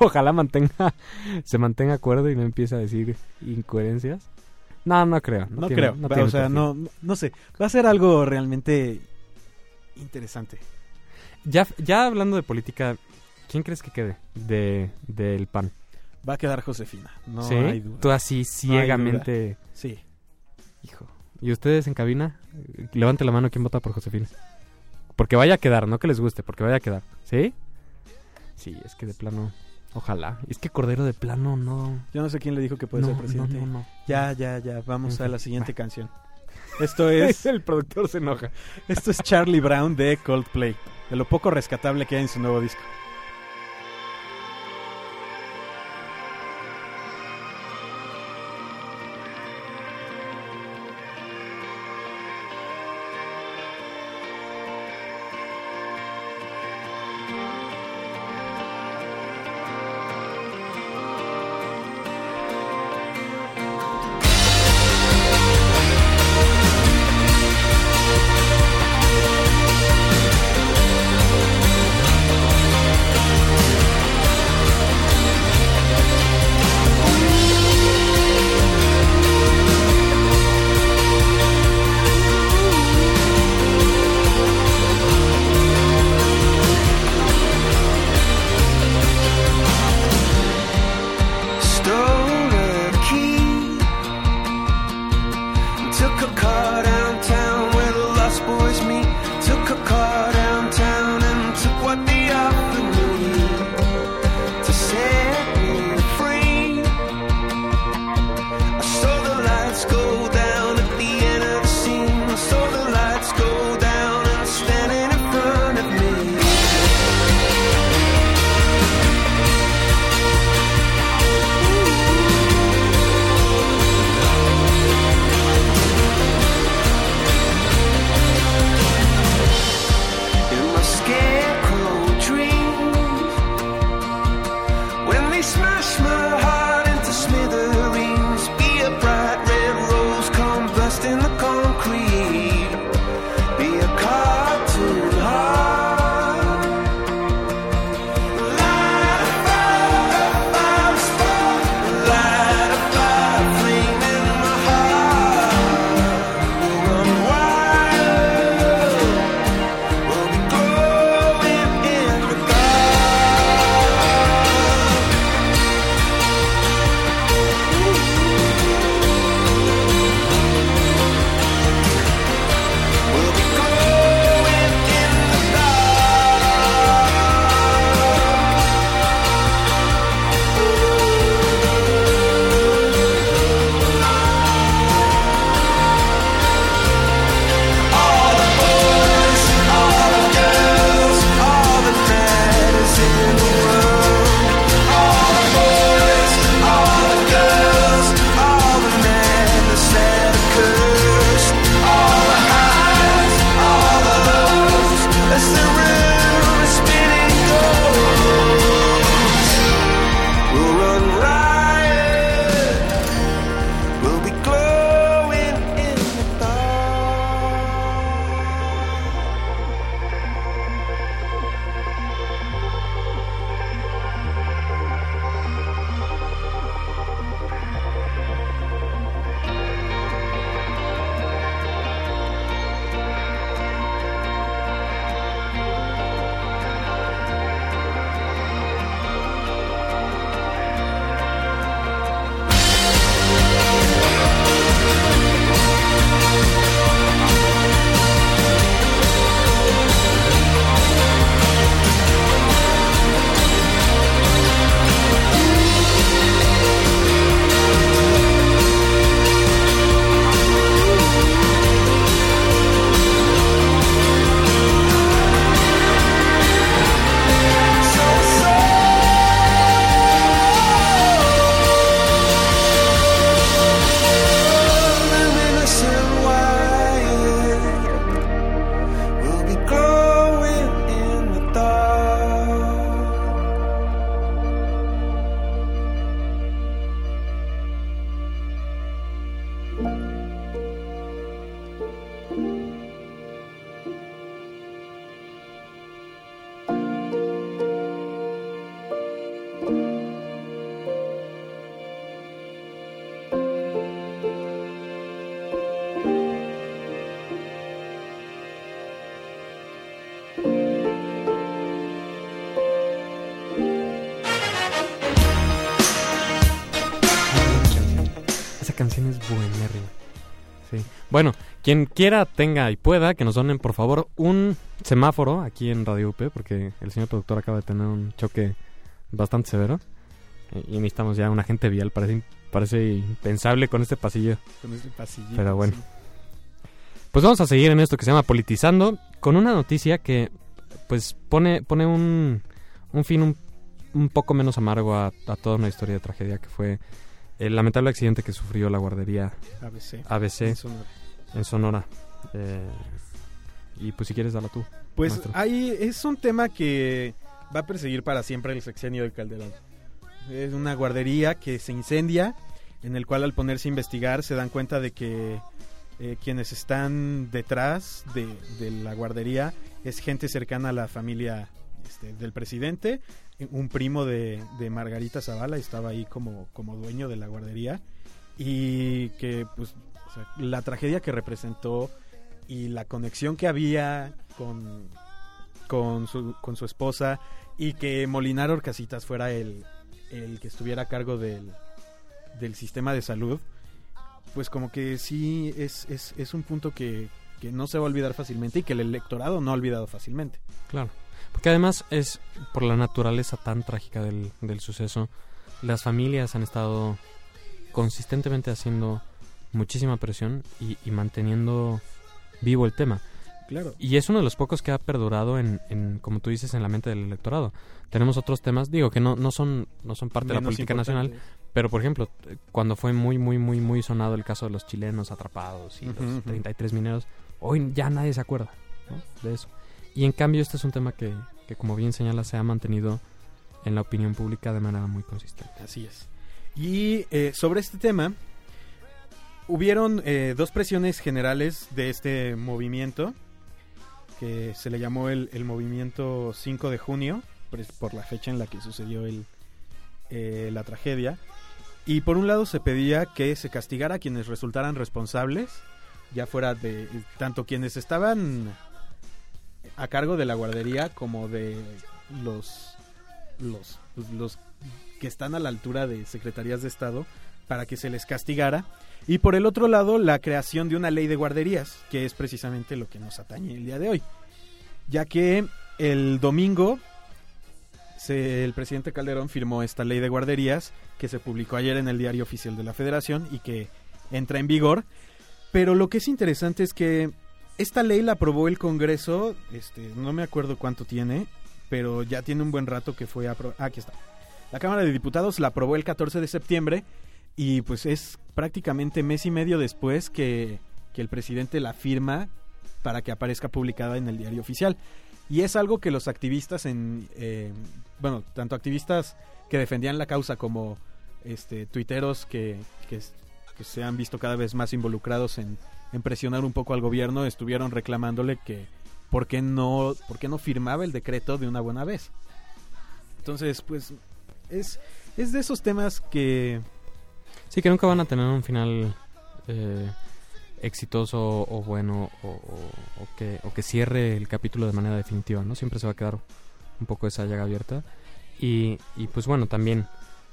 [SPEAKER 4] Ojalá mantenga, se mantenga acuerdo y no empiece a decir incoherencias. No, no creo.
[SPEAKER 2] No,
[SPEAKER 4] tiene-
[SPEAKER 2] creo.
[SPEAKER 4] no
[SPEAKER 2] Va,
[SPEAKER 4] tiene
[SPEAKER 2] o sea,
[SPEAKER 4] perfil.
[SPEAKER 2] no, no, no sé. Va a ser algo realmente interesante.
[SPEAKER 4] Ya, ya hablando de política, ¿quién crees que quede de del P A N?
[SPEAKER 2] Va a quedar Josefina. No
[SPEAKER 4] ¿Sí?
[SPEAKER 2] hay duda.
[SPEAKER 4] Tú así ciegamente...
[SPEAKER 2] Sí.
[SPEAKER 4] Hijo. ¿Y ustedes en cabina? Eh, Levante la mano quién vota por Josefina. Porque vaya a quedar, no que les guste, porque vaya a quedar. ¿Sí? Sí, es que de plano... Ojalá. Es que Cordero de plano no...
[SPEAKER 2] Yo no sé quién le dijo que puede
[SPEAKER 4] no,
[SPEAKER 2] ser presidente.
[SPEAKER 4] no, no, no.
[SPEAKER 2] Ya, ya, ya. Vamos
[SPEAKER 4] En
[SPEAKER 2] a la
[SPEAKER 4] fin,
[SPEAKER 2] siguiente
[SPEAKER 4] va.
[SPEAKER 2] canción. Esto es,
[SPEAKER 4] El productor se enoja.
[SPEAKER 2] esto es Charlie Brown de Coldplay. De lo poco rescatable que hay en su nuevo disco.
[SPEAKER 7] Thank
[SPEAKER 4] esa canción es buenérrima. Sí. Bueno, quien quiera, tenga y pueda, que nos donen, por favor, un semáforo aquí en Radio U P, porque el señor productor acaba de tener un choque bastante severo. Eh, y necesitamos ya un agente vial. Parece, parece impensable con este pasillo.
[SPEAKER 2] Con este pasillito.
[SPEAKER 4] Pero bueno.
[SPEAKER 2] Sí.
[SPEAKER 4] Pues vamos a seguir en esto que se llama Politizando, con una noticia que pues pone, pone un, un fin un, un poco menos amargo a, a toda una historia de tragedia, que fue el lamentable accidente que sufrió la guardería
[SPEAKER 2] A B C.
[SPEAKER 4] A B C
[SPEAKER 2] En Sonora.
[SPEAKER 4] en Sonora. Eh, y pues si quieres, dala tú.
[SPEAKER 2] Pues
[SPEAKER 4] maestro.
[SPEAKER 2] ahí es un tema que va a perseguir para siempre el sexenio de Calderón. Es una guardería que se incendia, en el cual al ponerse a investigar se dan cuenta de que eh, quienes están detrás de, de la guardería es gente cercana a la familia este, del presidente. Un primo de, de Margarita Zavala estaba ahí como, como dueño de la guardería, y que pues o sea, la tragedia que representó y la conexión que había con, con, su, con su esposa, y que Molinar Orcasitas fuera el, el que estuviera a cargo del, del sistema de salud, pues como que sí es, es, es un punto que, que no se va a olvidar fácilmente, y que el electorado no ha olvidado fácilmente.
[SPEAKER 4] Claro, porque además es por la naturaleza tan trágica del, del suceso. Las familias han estado consistentemente haciendo muchísima presión y, y manteniendo vivo el tema.
[SPEAKER 2] Claro.
[SPEAKER 4] Y es uno de los pocos que ha perdurado en, en, como tú dices, en la mente del electorado. Tenemos otros temas, digo, que no, no son no son parte de la
[SPEAKER 2] Menos
[SPEAKER 4] política nacional,
[SPEAKER 2] importantes.
[SPEAKER 4] pero por ejemplo, cuando fue muy, muy, muy, muy sonado el caso de los chilenos atrapados y
[SPEAKER 2] Ujú,
[SPEAKER 4] los
[SPEAKER 2] ujú.
[SPEAKER 4] treinta y tres mineros, hoy ya nadie se acuerda, ¿no?, de eso. Y en cambio este es un tema que, que, como bien señala, se ha mantenido en la opinión pública de manera muy consistente.
[SPEAKER 2] Así es. Y eh, sobre este tema, hubieron eh, dos presiones generales de este movimiento, que se le llamó el, el movimiento cinco de junio, por, por la fecha en la que sucedió el, eh, la tragedia. Y por un lado se pedía que se castigara a quienes resultaran responsables, ya fuera de tanto quienes estaban a cargo de la guardería como de los los, los que están a la altura de secretarías de Estado, para que se les castigara. Y por el otro lado, la creación de una ley de guarderías, que es precisamente lo que nos atañe el día de hoy, ya que el domingo se, el presidente Calderón firmó esta ley de guarderías, que se publicó ayer en el Diario Oficial de la Federación y que entra en vigor. Pero lo que es interesante es que esta ley la aprobó el Congreso, este, no me acuerdo cuánto tiene, pero ya tiene un buen rato que fue aprobada. Ah, aquí está. La Cámara de Diputados la aprobó el catorce de septiembre, y pues es prácticamente mes y medio después que, que el presidente la firma para que aparezca publicada en el Diario Oficial. Y es algo que los activistas, en eh, bueno, tanto activistas que defendían la causa como este tuiteros que, que, que se han visto cada vez más involucrados en, en presionar un poco al gobierno, estuvieron reclamándole que por qué no, por qué no firmaba el decreto de una buena vez. Entonces, pues es, es de esos temas que...
[SPEAKER 4] Sí, que nunca van a tener un final eh, exitoso o bueno, o, o, o, que, o que cierre el capítulo de manera definitiva, ¿no? Siempre se va a quedar un poco esa llaga abierta. Y, y pues bueno, también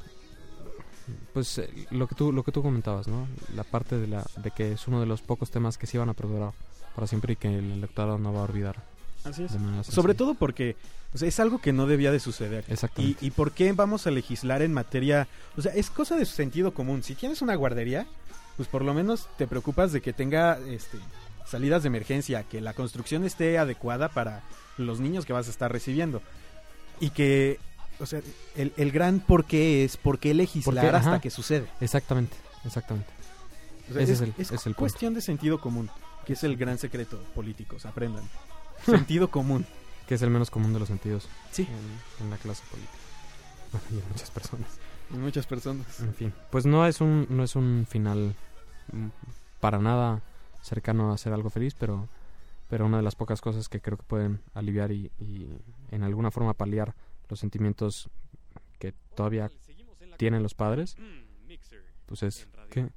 [SPEAKER 4] pues eh, lo que tú lo que tú comentabas, ¿no? La parte de la de que es uno de los pocos temas que sí van a perdurar para siempre y que el electorado no va a olvidar.
[SPEAKER 2] Así es.
[SPEAKER 4] De manera
[SPEAKER 2] Sobre
[SPEAKER 4] sencilla.
[SPEAKER 2] todo porque o sea, es algo que no debía de suceder.
[SPEAKER 4] Exactamente.
[SPEAKER 2] ¿Y, ¿Y por qué vamos a legislar en materia? O sea, es cosa de sentido común. Si tienes una guardería, pues por lo menos te preocupas de que tenga este, salidas de emergencia, que la construcción esté adecuada para los niños que vas a estar recibiendo. Y que, o sea, el, el gran por qué es por qué legislar
[SPEAKER 4] Porque,
[SPEAKER 2] hasta
[SPEAKER 4] ajá.
[SPEAKER 2] que sucede.
[SPEAKER 4] Exactamente, exactamente.
[SPEAKER 2] O sea,
[SPEAKER 4] Ese
[SPEAKER 2] es,
[SPEAKER 4] es el-
[SPEAKER 2] es
[SPEAKER 4] es el punto.
[SPEAKER 2] cuestión de sentido común, que es el gran secreto político. O sea, aprendan. Sentido común.
[SPEAKER 4] Que es el menos común de los sentidos.
[SPEAKER 2] Sí.
[SPEAKER 4] En, en la clase política. Bueno, y en muchas personas.
[SPEAKER 2] Y muchas personas.
[SPEAKER 4] En fin, pues no es un no es un final mm, para nada cercano a ser algo feliz, pero pero una de las pocas cosas que creo que pueden aliviar y, y en alguna forma paliar los sentimientos que todavía tienen los padres, pues es ¿qué?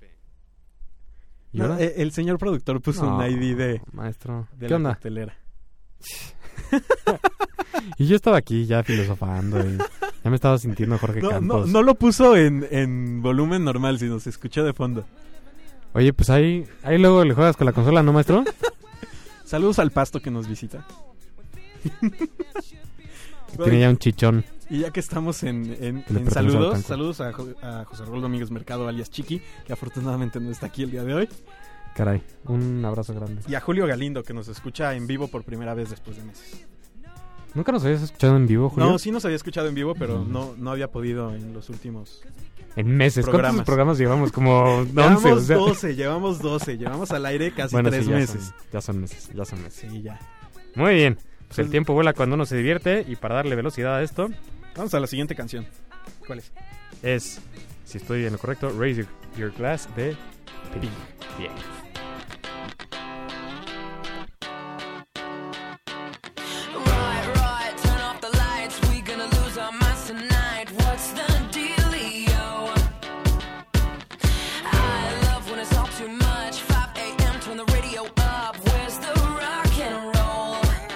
[SPEAKER 4] ¿Y
[SPEAKER 2] No,
[SPEAKER 4] ahora?
[SPEAKER 2] eh, el señor productor puso
[SPEAKER 4] No,
[SPEAKER 2] un I D de,
[SPEAKER 4] maestro,
[SPEAKER 2] de
[SPEAKER 4] ¿qué
[SPEAKER 2] la
[SPEAKER 4] onda?
[SPEAKER 2] coctelera.
[SPEAKER 4] Y yo estaba aquí ya filosofando y Ya me estaba sintiendo Jorge
[SPEAKER 2] No, no,
[SPEAKER 4] Campos.
[SPEAKER 2] no lo puso en, en volumen normal, sino se escuchó de fondo.
[SPEAKER 4] Oye, pues ahí, ahí luego le juegas con la consola, ¿no, maestro?
[SPEAKER 2] Saludos al Pasto que nos visita.
[SPEAKER 4] Tiene ya un chichón.
[SPEAKER 2] Y ya que estamos en, en,
[SPEAKER 4] Que le
[SPEAKER 2] en
[SPEAKER 4] pertenece al
[SPEAKER 2] saludos,
[SPEAKER 4] Tanco.
[SPEAKER 2] saludos a, Jo- a José Raúl Domínguez Mercado, alias Chiqui, que afortunadamente no está aquí el día de hoy.
[SPEAKER 4] Caray, un abrazo grande.
[SPEAKER 2] Y a Julio Galindo, que nos escucha en vivo por primera vez después de meses.
[SPEAKER 4] ¿Nunca nos habías escuchado en vivo, Julio?
[SPEAKER 2] No, sí nos había escuchado en vivo, pero
[SPEAKER 4] Mm.
[SPEAKER 2] no, no había podido en los últimos
[SPEAKER 4] En meses.
[SPEAKER 2] programas.
[SPEAKER 4] ¿Cuántos programas llevamos? Como once.
[SPEAKER 2] Llevamos
[SPEAKER 4] o sea.
[SPEAKER 2] doce, llevamos doce, llevamos al aire casi
[SPEAKER 4] Bueno,
[SPEAKER 2] tres
[SPEAKER 4] sí, ya
[SPEAKER 2] meses.
[SPEAKER 4] Son, ya son meses, ya son meses.
[SPEAKER 2] Sí, ya.
[SPEAKER 4] Muy bien. Pues el
[SPEAKER 2] Pues-
[SPEAKER 4] tiempo vuela cuando uno se divierte y para darle velocidad a esto
[SPEAKER 2] Vamos a la siguiente canción. ¿Cuál es?
[SPEAKER 4] es, si estoy en lo correcto, Raise Your, Your Glass de Pink. Bien.
[SPEAKER 7] Right, right, turn off the lights. We gonna lose our minds tonight. What's the dealio? I love when it's all too much. five a.m. turn the radio up. Where's the rock and roll?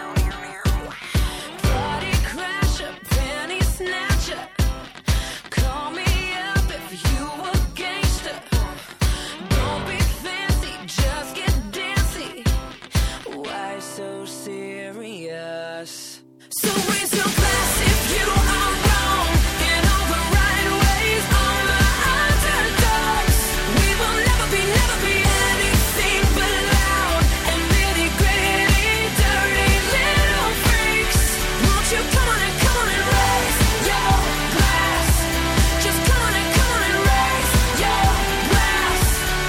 [SPEAKER 7] Party crasher, penny snatcher. Call me up if you a gangster. Don't be fancy, just get dancy. Why so serious? So raise your glass if you are wrong in all the right ways. All the underdogs. We will never be, never be anything but loud and nitty gritty, dirty little freaks. Won't you come on and come on and raise your glass? Just come on and come on and raise your glass.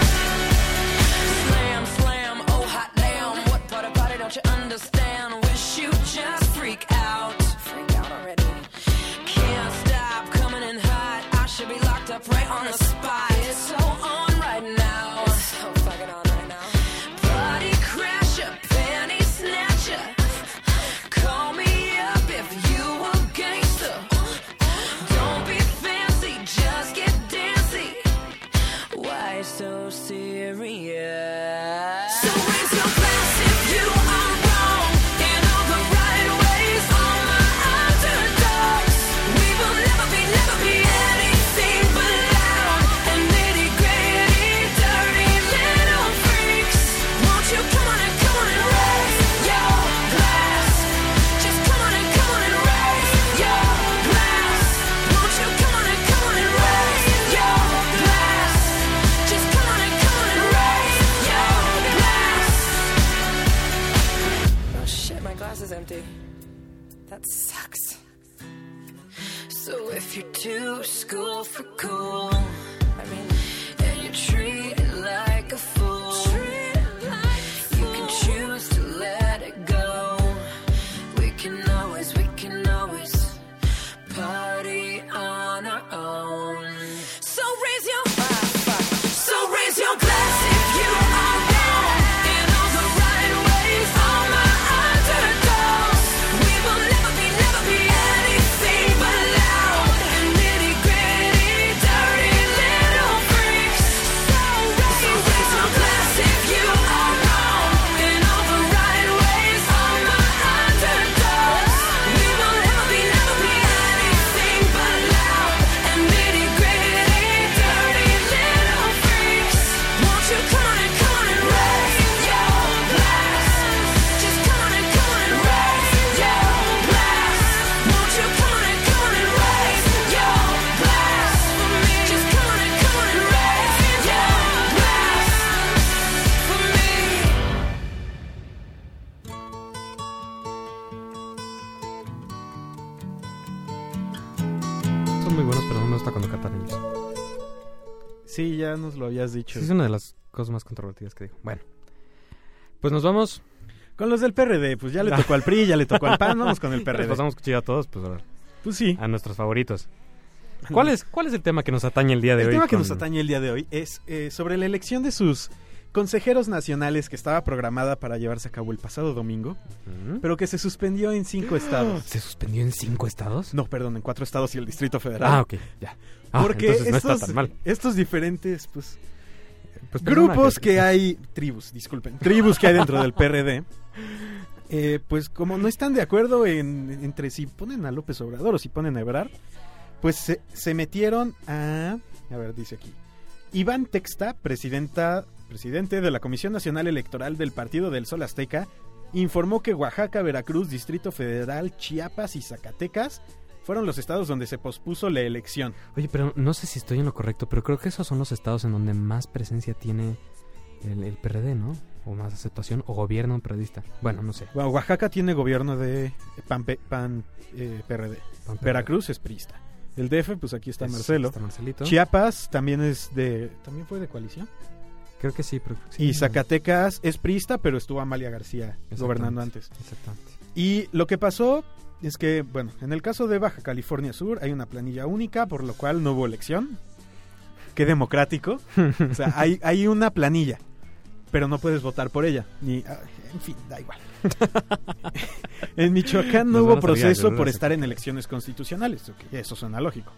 [SPEAKER 7] Slam, slam, oh hot damn. What part of party don't you understand? Wish you just freak out. Freak out already. Can't stop coming in hot. I should be locked up right on the spot. It's so on right now. It's so fucking on right now. Party crasher, penny snatcher. Call me up if you a gangster. Don't be fancy, just get dancy. Why so serious? So raise your glass if you are wrong in all the right ways. All the underdogs. We will never be, never be anything but loud and nitty gritty, dirty little freaks. Won't you come on and come on and raise your glass? Just come on and come on and raise your glass. Won't you come on and come on and raise your glass? Just come on and come on and raise your glass. Oh shit, my glass is empty. That sucks. So if you're too school for cool, I mean, and you treat it like a fool, you can choose to let it go. We can always, we can always party on our own. So raise your So raise your glass if you are wrong in all the right ways. All the underdogs. We will never be, never be anything but loud and nitty gritty, dirty little freaks. So raise, so raise your glass if you are wrong in all the right ways. All the underdogs. We will never be, never be anything but loud and nitty gritty, dirty little freaks. Won't you come on and come on and raise your glass? Just come on and come on and raise your glass. Won't you come on and come on and raise your glass for me? Just come on and come on and raise your glass for me.
[SPEAKER 4] Son muy buenos, pero no me gusta cuando cantan ellos.
[SPEAKER 2] Sí, ya nos lo habías dicho.
[SPEAKER 4] Sí, es una de las cosas más controvertidas que digo. Bueno, pues nos vamos.
[SPEAKER 2] Con los del P R D, pues ya le tocó al P R I, ya le tocó al P A N, vamos con el P R
[SPEAKER 4] Les
[SPEAKER 2] D.
[SPEAKER 4] pasamos cuchillo a todos, pues ahora,
[SPEAKER 2] Pues sí.
[SPEAKER 4] a nuestros favoritos. ¿Cuál es, ¿Cuál es el tema que nos atañe el día de
[SPEAKER 2] El
[SPEAKER 4] hoy?
[SPEAKER 2] tema que
[SPEAKER 4] con-
[SPEAKER 2] nos atañe el día de hoy es eh, sobre la elección de sus consejeros nacionales que estaba programada para llevarse a cabo el pasado domingo,
[SPEAKER 4] Ujú.
[SPEAKER 2] pero que se suspendió en cinco estados.
[SPEAKER 4] ¿Se suspendió en cinco estados?
[SPEAKER 2] No, perdón, en cuatro estados y el Distrito Federal.
[SPEAKER 4] Ah, ok, ya. Ah,
[SPEAKER 2] Porque
[SPEAKER 4] entonces no
[SPEAKER 2] estos,
[SPEAKER 4] está tan mal.
[SPEAKER 2] estos diferentes pues,
[SPEAKER 4] Pues perdona
[SPEAKER 2] grupos que hay, tribus, disculpen, tribus que hay dentro del P R D, eh, pues como no están de acuerdo en, entre si ponen a López Obrador o si ponen a Ebrard, pues se, se metieron a... A ver, dice aquí. Iván Texta, presidenta, presidente de la Comisión Nacional Electoral del Partido del Sol Azteca, informó que Oaxaca, Veracruz, Distrito Federal, Chiapas y Zacatecas fueron los estados donde se pospuso la elección.
[SPEAKER 4] Oye, pero no sé si estoy en lo correcto, pero creo que esos son los estados en donde más presencia tiene el, el P R D, ¿no? O más aceptación, o gobierno periodista. Bueno, no sé.
[SPEAKER 2] Bueno, Oaxaca tiene gobierno de PAN, PAN eh, P R D.
[SPEAKER 4] Pan-
[SPEAKER 2] Veracruz es priista. El D F, pues aquí está
[SPEAKER 4] Es-
[SPEAKER 2] Marcelo.
[SPEAKER 4] está Marcelito.
[SPEAKER 2] Chiapas también es de... ¿También fue de coalición?
[SPEAKER 4] Creo que sí, pero... sí,
[SPEAKER 2] Y
[SPEAKER 4] no.
[SPEAKER 2] Zacatecas es priista, pero estuvo Amalia García
[SPEAKER 4] Exactamente.
[SPEAKER 2] gobernando antes.
[SPEAKER 4] Exactamente.
[SPEAKER 2] Y lo que pasó es que, bueno, en el caso de Baja California Sur hay una planilla única, por lo cual no hubo elección. Qué democrático. O sea, hay, hay una planilla, pero no puedes votar por ella. Ni, ah, en fin, da igual. En Michoacán no
[SPEAKER 4] Nos
[SPEAKER 2] hubo
[SPEAKER 4] van a salir
[SPEAKER 2] proceso
[SPEAKER 4] algunas
[SPEAKER 2] por estar en elecciones constitucionales. Ok, eso suena lógico.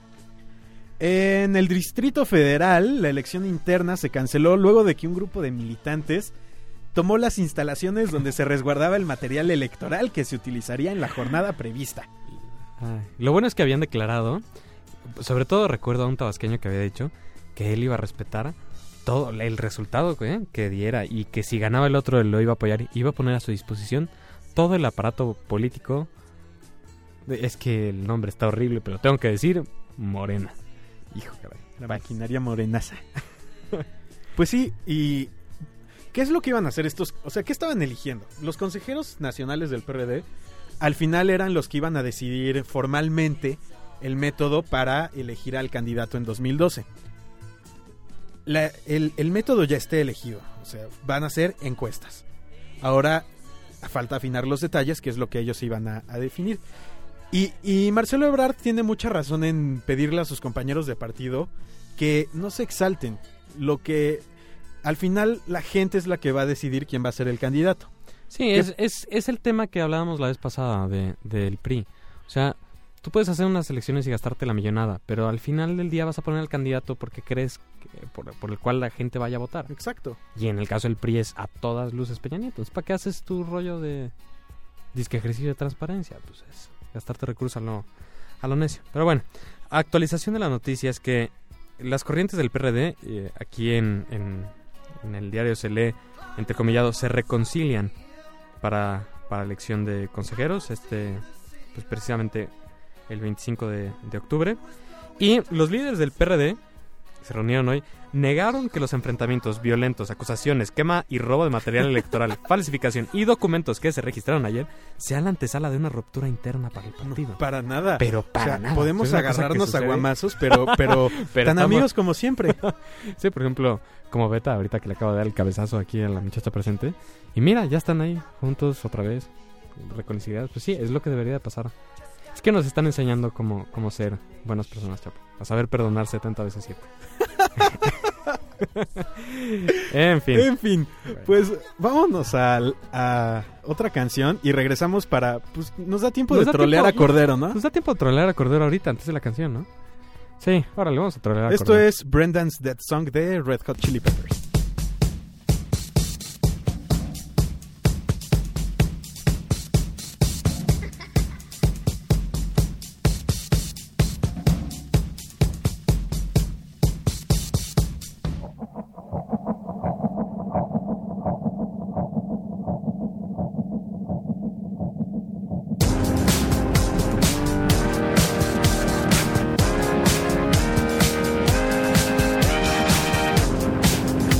[SPEAKER 2] En el Distrito Federal, la elección interna se canceló luego de que un grupo de militantes tomó las instalaciones donde se resguardaba el material electoral que se utilizaría en la jornada prevista.
[SPEAKER 4] Ay, lo bueno es que habían declarado, sobre todo recuerdo a un tabasqueño que había dicho que él iba a respetar todo el resultado ¿eh? que diera y que si ganaba el otro él lo iba a apoyar, iba a poner a su disposición todo el aparato político. Es que el nombre está horrible, pero tengo que decir Morena. Hijo, caray.
[SPEAKER 2] La maquinaria morenaza. Pues sí, y ¿qué es lo que iban a hacer estos? O sea, ¿qué estaban eligiendo? Los consejeros nacionales del P R D al final eran los que iban a decidir formalmente el método para elegir al candidato en dos mil doce. La, el, el método ya está elegido, o sea, van a ser encuestas. Ahora falta afinar los detalles, que es lo que ellos iban a, a definir. Y, y Marcelo Ebrard tiene mucha razón en pedirle a sus compañeros de partido que no se exalten. Lo que al final la gente es la que va a decidir quién va a ser el candidato.
[SPEAKER 4] Sí, es, es, es el tema que hablábamos la vez pasada de, del P R I. O sea, tú puedes hacer unas elecciones y gastarte la millonada, pero al final del día vas a poner al candidato porque crees que, por, por el cual la gente vaya a votar.
[SPEAKER 2] Exacto.
[SPEAKER 4] Y en el caso del P R I es a todas luces Peña Nieto. Entonces, ¿para qué haces tu rollo de disque ejercicio de transparencia? Pues es gastarte recursos a lo, a lo necio. Pero bueno, actualización de la noticia es que las corrientes del P R D, eh, aquí en, en, en el diario se lee, entrecomillado, se reconcilian para, para elección de consejeros, este, pues precisamente el veinticinco de, de octubre. Y los líderes del P R D se reunieron hoy, negaron que los enfrentamientos violentos, acusaciones, quema y robo de material electoral, falsificación y documentos que se registraron ayer sean la antesala de una ruptura interna para el partido.
[SPEAKER 2] No, para nada.
[SPEAKER 4] Pero para
[SPEAKER 2] o sea,
[SPEAKER 4] nada.
[SPEAKER 2] podemos
[SPEAKER 4] Es una cosa que
[SPEAKER 2] agarrarnos a
[SPEAKER 4] sucede.
[SPEAKER 2] guamazos, pero, pero,
[SPEAKER 4] Pero
[SPEAKER 2] tan
[SPEAKER 4] estamos-
[SPEAKER 2] amigos como siempre.
[SPEAKER 4] Sí, por ejemplo, como Beta, ahorita que le acabo de dar el cabezazo aquí a la muchacha presente. Y mira, ya están ahí, juntos otra vez, reconciliados. Pues sí, es lo que debería de pasar. Es que nos están enseñando cómo, cómo ser buenas personas, Chapo. A saber perdonar setenta veces siete. En fin.
[SPEAKER 2] En fin, pues vámonos al- a otra canción y regresamos para... Pues nos da tiempo
[SPEAKER 4] Nos
[SPEAKER 2] de
[SPEAKER 4] da
[SPEAKER 2] trolear
[SPEAKER 4] tiempo-
[SPEAKER 2] a Cordero, ¿no?
[SPEAKER 4] Nos da tiempo de trolear a Cordero ahorita, antes de la canción, ¿no? Sí, órale, vamos a trolear a
[SPEAKER 2] Esto
[SPEAKER 4] Cordero.
[SPEAKER 2] es Brendan's Dead Song de Red Hot Chili Peppers.
[SPEAKER 5] Thank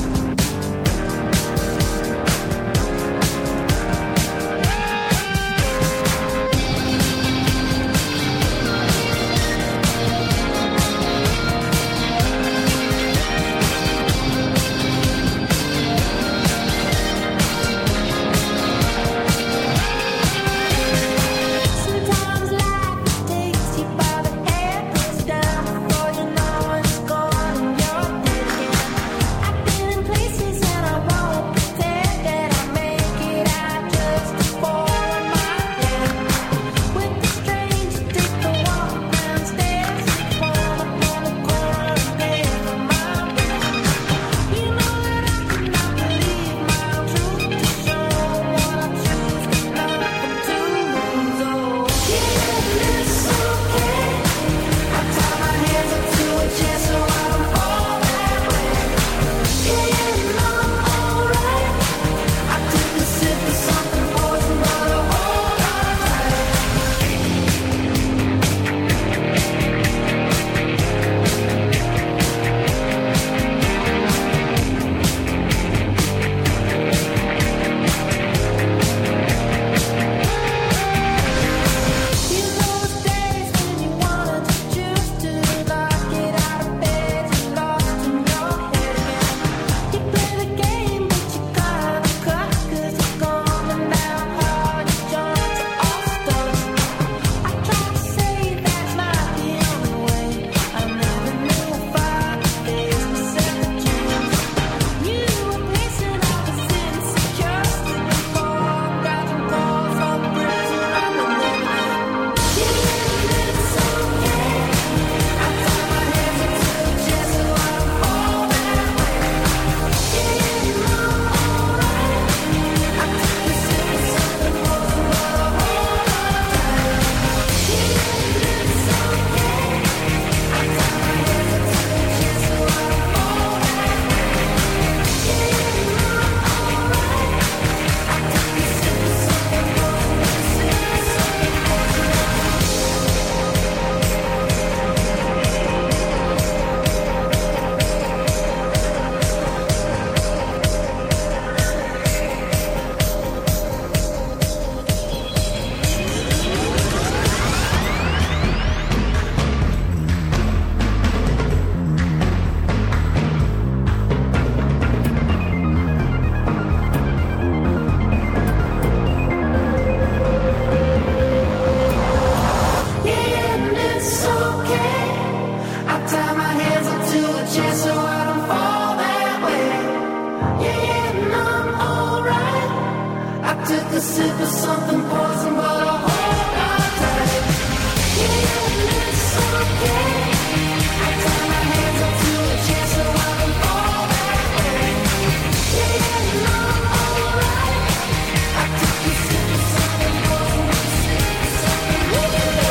[SPEAKER 10] took a sip of something poison, but I hold on tight. Yeah, it's okay. I tie my hands up to a chair so I don't fall that way. Yeah, no, alright. I took a sip of something poison, sip of something.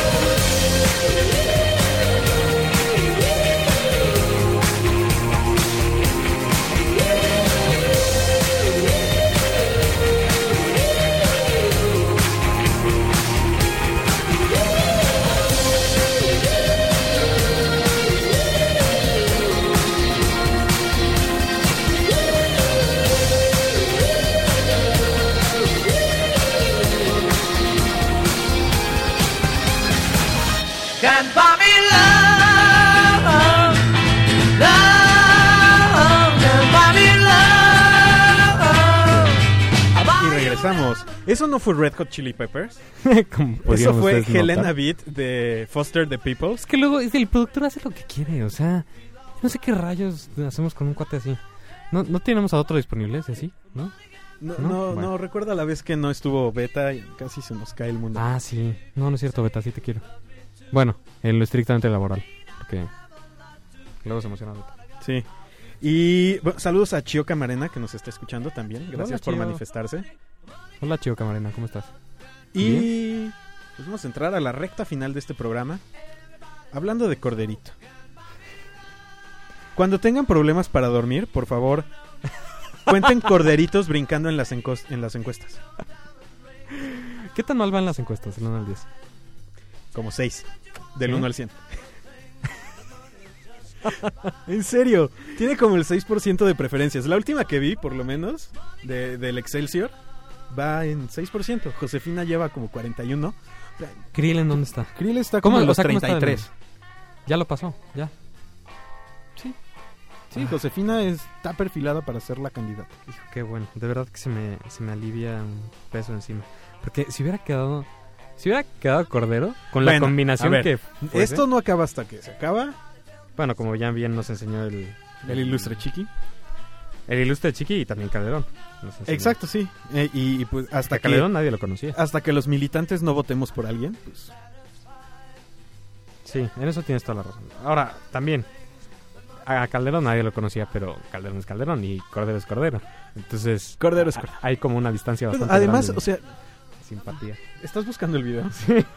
[SPEAKER 5] Can't buy me love, love, can't buy me love.
[SPEAKER 2] Y regresamos. ¿Eso no fue Red Hot Chili Peppers?
[SPEAKER 4] Como
[SPEAKER 2] Eso
[SPEAKER 4] podríamos
[SPEAKER 2] fue
[SPEAKER 4] ustedes
[SPEAKER 2] Helena
[SPEAKER 4] notar.
[SPEAKER 2] Beat de Foster the People.
[SPEAKER 4] Es que luego es el productor hace lo que quiere, o sea, no sé qué rayos hacemos con un cuate así. No, no tenemos a otro disponible, ¿es así? ¿No?
[SPEAKER 2] No,
[SPEAKER 4] ¿No?
[SPEAKER 2] no,
[SPEAKER 4] Bueno.
[SPEAKER 2] no, recuerda la vez que no estuvo Beta y casi se nos cae el mundo.
[SPEAKER 4] Ah, sí. No, no es cierto, Beta, sí te quiero. Bueno, en lo estrictamente laboral, porque luego se emociona Beta.
[SPEAKER 2] Sí. Y bueno, saludos a Chio Camarena que nos está escuchando también. Gracias
[SPEAKER 4] Hola,
[SPEAKER 2] por
[SPEAKER 4] Chio.
[SPEAKER 2] manifestarse.
[SPEAKER 4] Hola, Chio Camarena, ¿cómo estás?
[SPEAKER 2] Y pues vamos a entrar a la recta final de este programa hablando de Corderito. Cuando tengan problemas para dormir, por favor, cuenten corderitos brincando en las, encos- en las encuestas.
[SPEAKER 4] ¿Qué tan mal van las encuestas del uno al diez?
[SPEAKER 2] Como seis. Del
[SPEAKER 4] ¿Sí?
[SPEAKER 2] uno al cien. En serio, tiene como el seis por ciento de preferencias. La última que vi, por lo menos, de, del Excelsior, va en seis por ciento. Josefina lleva como cuarenta y uno.
[SPEAKER 4] ¿Krill en dónde está?
[SPEAKER 2] Krill está como en los
[SPEAKER 4] o sea, ¿cómo
[SPEAKER 2] treinta y tres.
[SPEAKER 4] está de- Ya lo pasó, ya.
[SPEAKER 2] Sí. Sí, Josefina está perfilada para ser la candidata.
[SPEAKER 4] Hijo, qué bueno. De verdad que se me, se me alivia un peso encima. Porque si hubiera quedado... Si hubiera quedado Cordero, con la
[SPEAKER 2] Bueno,
[SPEAKER 4] combinación
[SPEAKER 2] a ver,
[SPEAKER 4] que... fuese-
[SPEAKER 2] esto no acaba hasta que se acaba.
[SPEAKER 4] Bueno, como ya bien nos enseñó el...
[SPEAKER 2] El ilustre Chiqui.
[SPEAKER 4] El ilustre Chiqui y también Calderón. nos enseñó.
[SPEAKER 2] Exacto, sí. Eh, y, y pues hasta
[SPEAKER 4] Que
[SPEAKER 2] que,
[SPEAKER 4] Calderón nadie lo conocía.
[SPEAKER 2] hasta que los militantes no votemos por alguien, pues
[SPEAKER 4] Sí, en eso tienes toda la razón. Ahora, también, a Calderón nadie lo conocía, pero Calderón es Calderón y Cordero es Cordero. Entonces,
[SPEAKER 2] Cordero es
[SPEAKER 4] a-
[SPEAKER 2] Cordero.
[SPEAKER 4] hay como una distancia
[SPEAKER 2] Bueno,
[SPEAKER 4] bastante
[SPEAKER 2] además,
[SPEAKER 4] grande
[SPEAKER 2] o sea,
[SPEAKER 4] de simpatía.
[SPEAKER 2] ¿estás buscando el video?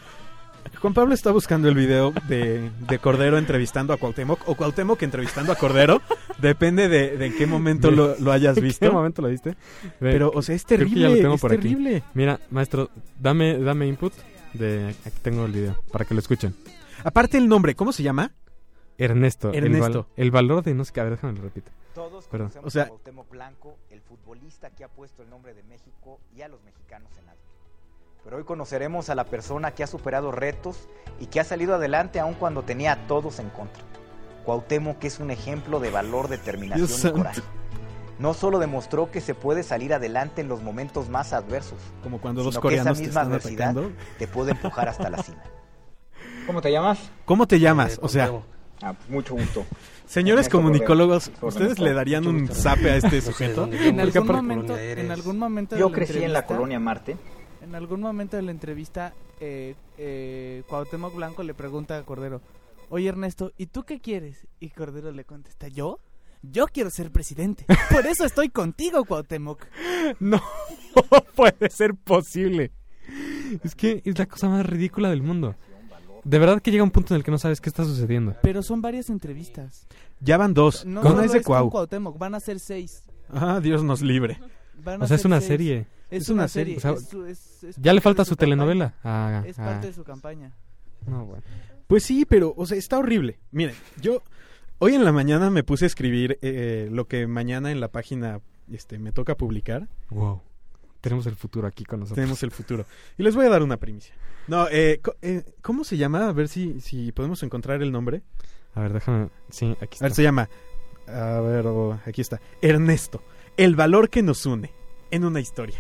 [SPEAKER 2] Juan Pablo está buscando el video de, de Cordero entrevistando a Cuauhtémoc o Cuauhtémoc entrevistando a Cordero. Depende de, de en qué momento
[SPEAKER 4] De-
[SPEAKER 2] lo, lo hayas
[SPEAKER 4] ¿En
[SPEAKER 2] visto.
[SPEAKER 4] qué momento lo viste? Ve,
[SPEAKER 2] Pero, o sea, es
[SPEAKER 4] creo que
[SPEAKER 2] terrible.
[SPEAKER 4] ya lo tengo
[SPEAKER 2] es
[SPEAKER 4] por aquí.
[SPEAKER 2] terrible.
[SPEAKER 4] Mira, maestro, dame, dame input. De aquí tengo el video para que lo escuchen.
[SPEAKER 2] Aparte el nombre, ¿cómo se llama?
[SPEAKER 4] Ernesto. El,
[SPEAKER 2] Ernesto.
[SPEAKER 4] val- el valor de no sé qué. A ver, déjame lo repito.
[SPEAKER 11] Todos
[SPEAKER 4] Perdón.
[SPEAKER 11] conocemos
[SPEAKER 2] O sea-
[SPEAKER 11] a Cuauhtémoc Blanco, el futbolista que ha puesto el nombre de México y a los mexicanos en alto. Pero hoy conoceremos a la persona que ha superado retos y que ha salido adelante aun cuando tenía a todos en contra. Cuauhtémoc es un ejemplo de valor, determinación
[SPEAKER 2] Dios
[SPEAKER 11] y
[SPEAKER 2] santo.
[SPEAKER 11] coraje. No solo demostró que se puede salir adelante en los momentos más adversos,
[SPEAKER 2] Como cuando dos
[SPEAKER 11] sino que esa
[SPEAKER 2] coreanos te
[SPEAKER 11] misma
[SPEAKER 2] están
[SPEAKER 11] adversidad
[SPEAKER 2] atacando.
[SPEAKER 11] te puede empujar hasta la cima.
[SPEAKER 3] ¿Cómo te llamas?
[SPEAKER 2] ¿Cómo te llamas?
[SPEAKER 3] Eh,
[SPEAKER 2] O sea,
[SPEAKER 3] Cuauhtémoc. Ah, pues mucho gusto.
[SPEAKER 2] señores
[SPEAKER 3] Ernesto
[SPEAKER 2] comunicólogos,
[SPEAKER 3] Cordero.
[SPEAKER 2] ¿ustedes
[SPEAKER 3] Ernesto,
[SPEAKER 2] le darían
[SPEAKER 3] mucho
[SPEAKER 2] un
[SPEAKER 3] gusto.
[SPEAKER 2] zape a este
[SPEAKER 3] No sé
[SPEAKER 2] sujeto?
[SPEAKER 3] dónde
[SPEAKER 6] En
[SPEAKER 3] vienes,
[SPEAKER 6] algún
[SPEAKER 3] por
[SPEAKER 6] momento,
[SPEAKER 3] dónde eres.
[SPEAKER 6] en algún momento de
[SPEAKER 11] Yo
[SPEAKER 6] la
[SPEAKER 11] crecí en la
[SPEAKER 6] entrevista-
[SPEAKER 11] colonia Marte.
[SPEAKER 6] En algún momento de la entrevista, eh, eh, Cuauhtémoc Blanco le pregunta a Cordero, oye Ernesto, ¿y tú qué quieres? Y Cordero le contesta, ¿yo? Yo quiero ser presidente. Por eso estoy contigo, Cuauhtémoc.
[SPEAKER 4] No puede ser posible. Es que es la cosa más ridícula del mundo. De verdad que llega un punto en el que no sabes qué está sucediendo.
[SPEAKER 6] Pero son varias entrevistas.
[SPEAKER 2] Ya van dos.
[SPEAKER 6] No
[SPEAKER 2] Una
[SPEAKER 6] solo
[SPEAKER 2] es de
[SPEAKER 6] es con
[SPEAKER 2] Cuau.
[SPEAKER 6] Cuauhtémoc, van a ser seis.
[SPEAKER 2] Ah, Dios nos libre.
[SPEAKER 6] Van a
[SPEAKER 4] O sea, es
[SPEAKER 6] ser
[SPEAKER 4] una
[SPEAKER 6] seis.
[SPEAKER 4] serie.
[SPEAKER 6] Es,
[SPEAKER 2] Es
[SPEAKER 6] una
[SPEAKER 2] una
[SPEAKER 6] serie.
[SPEAKER 4] serie. O
[SPEAKER 6] es
[SPEAKER 4] sea,
[SPEAKER 6] su- es- es
[SPEAKER 4] Ya le
[SPEAKER 6] parte
[SPEAKER 4] falta
[SPEAKER 6] de
[SPEAKER 4] su
[SPEAKER 6] campaña.
[SPEAKER 4] telenovela. Ah,
[SPEAKER 6] Es
[SPEAKER 4] ah.
[SPEAKER 6] parte de su campaña.
[SPEAKER 4] No, bueno.
[SPEAKER 2] Pues sí, pero, o sea, está horrible. Miren, yo hoy en la mañana me puse a escribir eh, lo que mañana en la página este, me toca publicar.
[SPEAKER 4] Wow. Tenemos el futuro aquí con nosotros.
[SPEAKER 2] Tenemos el futuro. Y les voy a dar una primicia. No, eh, co- eh, ¿cómo se llama? A ver si, si podemos encontrar el nombre.
[SPEAKER 4] A ver, déjame. Sí, aquí
[SPEAKER 2] A
[SPEAKER 4] está.
[SPEAKER 2] ver, se llama. A ver, oh, aquí está. Ernesto. El valor que nos une en una historia.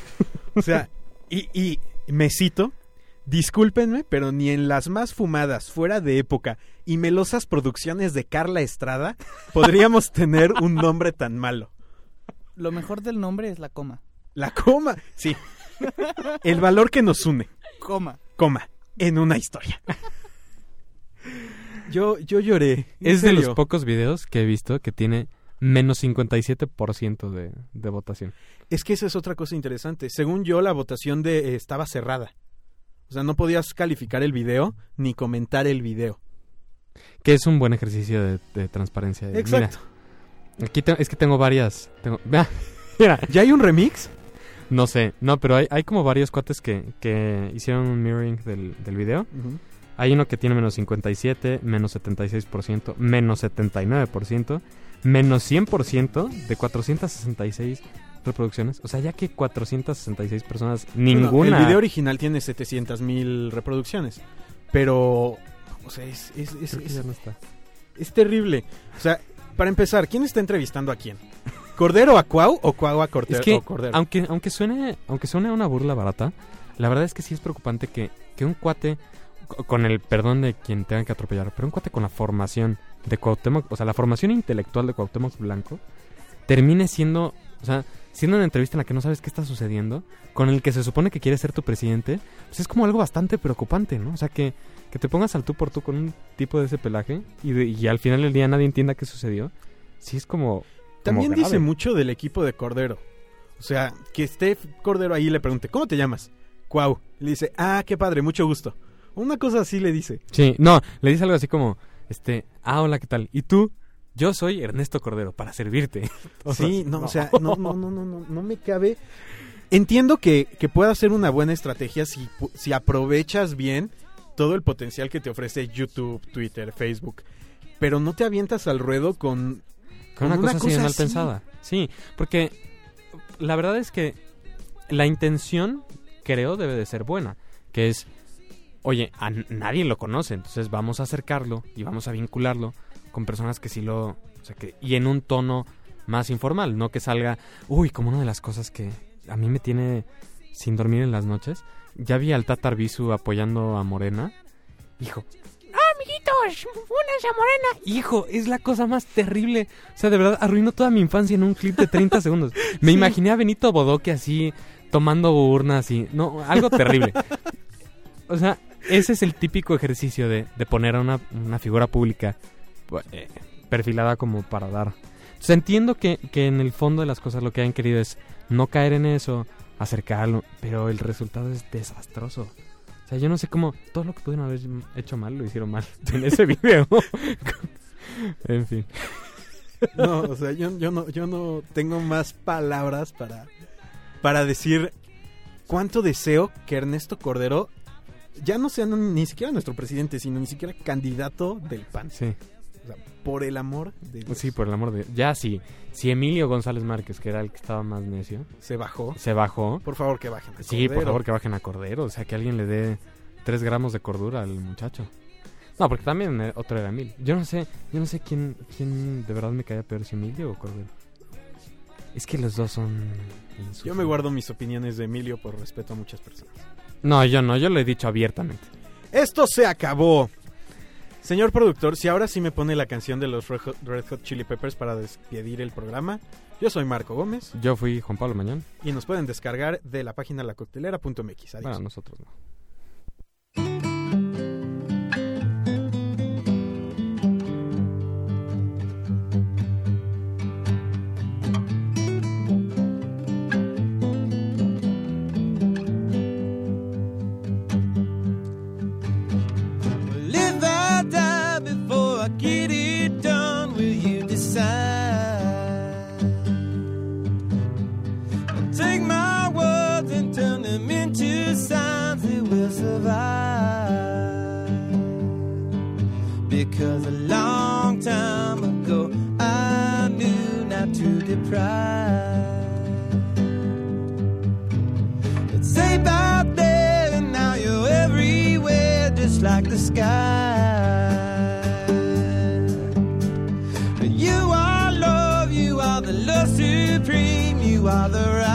[SPEAKER 2] O sea, y, y me cito. Discúlpenme, pero ni en las más fumadas, fuera de época y melosas producciones de Carla Estrada podríamos tener un nombre tan malo.
[SPEAKER 6] Lo mejor del nombre es la coma.
[SPEAKER 2] La coma, sí. El valor que nos une,
[SPEAKER 6] Coma.
[SPEAKER 2] coma, en una historia. Yo, yo lloré. ¿en
[SPEAKER 4] Es de
[SPEAKER 2] serio?
[SPEAKER 4] los pocos videos que he visto que tiene menos cincuenta y siete por ciento de, de votación.
[SPEAKER 2] Es que esa es otra cosa interesante. Según yo, la votación de eh, estaba cerrada. O sea, no podías calificar el video ni comentar el video.
[SPEAKER 4] Que es un buen ejercicio de, de transparencia.
[SPEAKER 2] Exacto.
[SPEAKER 4] Mira, aquí te- es que tengo varias... Tengo, vea, mira,
[SPEAKER 2] ¿Ya hay un remix?
[SPEAKER 4] no sé, no, pero hay, hay como varios cuates que, que hicieron un mirroring del, del video.
[SPEAKER 2] Uh-huh.
[SPEAKER 4] Hay uno que tiene menos cincuenta y siete, menos setenta y seis por ciento, menos setenta y nueve por ciento, menos cien por ciento de cuatrocientas sesenta y seis reproducciones. O sea, ya que cuatrocientas sesenta y seis personas, ninguna...
[SPEAKER 2] Bueno, el video original tiene setecientas mil reproducciones. Pero, o sea, es, es, es,
[SPEAKER 4] Creo que
[SPEAKER 2] es,
[SPEAKER 4] ya no está.
[SPEAKER 2] es terrible. O sea, para empezar, ¿quién está entrevistando a quién? ¿Cordero a Cuau o Cuau a Corte-
[SPEAKER 4] Es que,
[SPEAKER 2] o Cordero?
[SPEAKER 4] aunque, aunque suene aunque suene a una burla barata, la verdad es que sí es preocupante que, que un cuate, co- con el perdón de quien tenga que atropellar, pero un cuate con la formación de Cuauhtémoc, o sea, la formación intelectual de Cuauhtémoc Blanco, termine siendo, o sea, siendo una entrevista en la que no sabes qué está sucediendo, con el que se supone que quiere ser tu presidente, pues es como algo bastante preocupante, ¿no? O sea, que, que te pongas al tú por tú con un tipo de ese pelaje y, de- y al final del día nadie entienda qué sucedió, sí es como...
[SPEAKER 2] También
[SPEAKER 4] como
[SPEAKER 2] dice
[SPEAKER 4] grave.
[SPEAKER 2] mucho del equipo de Cordero. O sea, que esté Cordero ahí y le pregunte, ¿cómo te llamas? Cuau. Le dice, ah, qué padre, mucho gusto. Una cosa así le dice.
[SPEAKER 4] Sí, no, le dice algo así como, este, ah, hola, ¿qué tal? ¿Y tú? Yo soy Ernesto Cordero, para servirte. O sea,
[SPEAKER 2] Sí, no, o sea, no, no, no, no, no, no me cabe. Entiendo que, que pueda ser una buena estrategia si, pu- si aprovechas bien todo el potencial que te ofrece YouTube, Twitter, Facebook. Pero no te avientas al ruedo con...
[SPEAKER 4] Con una,
[SPEAKER 2] con
[SPEAKER 4] cosa, así mal
[SPEAKER 2] así.
[SPEAKER 4] pensada. Sí, porque la verdad es que la intención, creo, debe de ser buena. Que es, oye, a n- nadie lo conoce, entonces vamos a acercarlo y vamos a vincularlo con personas que sí lo... O sea, que, y en un tono más informal, no que salga... Uy, como una de las cosas que a mí me tiene sin dormir en las noches. Ya vi al Tatar Bisu apoyando a Morena. Hijo, amiguitos, únanse a Morena. Hijo, es la cosa más terrible. O sea, de verdad, arruinó toda mi infancia en un clip de treinta segundos. Me imaginé a Benito Bodoque así, tomando urnas y... No, algo terrible. O sea, ese es el típico ejercicio de, de poner a una, una figura pública eh, perfilada como para dar. O sea, entiendo que, que en el fondo de las cosas lo que han querido es no caer en eso, acercarlo, pero el resultado es desastroso. O sea, yo no sé cómo... Todo lo que pudieron haber hecho mal, lo hicieron mal en ese video. En fin.
[SPEAKER 2] No, o sea, yo, yo, no, yo no tengo más palabras para, para decir cuánto deseo que Ernesto Cordero ya no sea no, ni siquiera nuestro presidente, sino ni siquiera candidato del P A N.
[SPEAKER 4] Sí.
[SPEAKER 2] O sea, por el amor de Dios.
[SPEAKER 4] Sí, por el amor de... Ya sí. Si Emilio González Márquez, que era el que estaba más necio,
[SPEAKER 2] Se bajó.
[SPEAKER 4] se bajó...
[SPEAKER 2] Por favor, que bajen. a
[SPEAKER 4] Sí, por
[SPEAKER 2] Cordero.
[SPEAKER 4] favor que bajen a Cordero. O sea, que alguien le dé tres gramos de cordura al muchacho. No, porque también eh, otro era Emilio. Yo no sé, yo no sé quién, quién de verdad me caía peor, si Emilio o Cordero. Es que los dos son...
[SPEAKER 2] Yo me
[SPEAKER 4] insufribles.
[SPEAKER 2] guardo mis opiniones de Emilio por respeto a muchas personas.
[SPEAKER 4] No, yo no, yo lo he dicho abiertamente.
[SPEAKER 2] Esto se acabó. Señor productor, si ahora sí me pone la canción de los Red Hot, Red Hot Chili Peppers para despedir el programa. Yo soy Marco Gómez
[SPEAKER 4] Yo fui Juan Pablo Mañón.
[SPEAKER 2] y nos pueden descargar de la página la coctelera punto m x. Adiós.
[SPEAKER 4] Bueno, nosotros no.
[SPEAKER 5] Live or die before I get it done, will you decide? Take my words and turn them into signs that will survive. Because a long time ago I knew not to deprive. It's safe out there and now you're everywhere just like the sky. You are love, you are the love supreme, you are the right.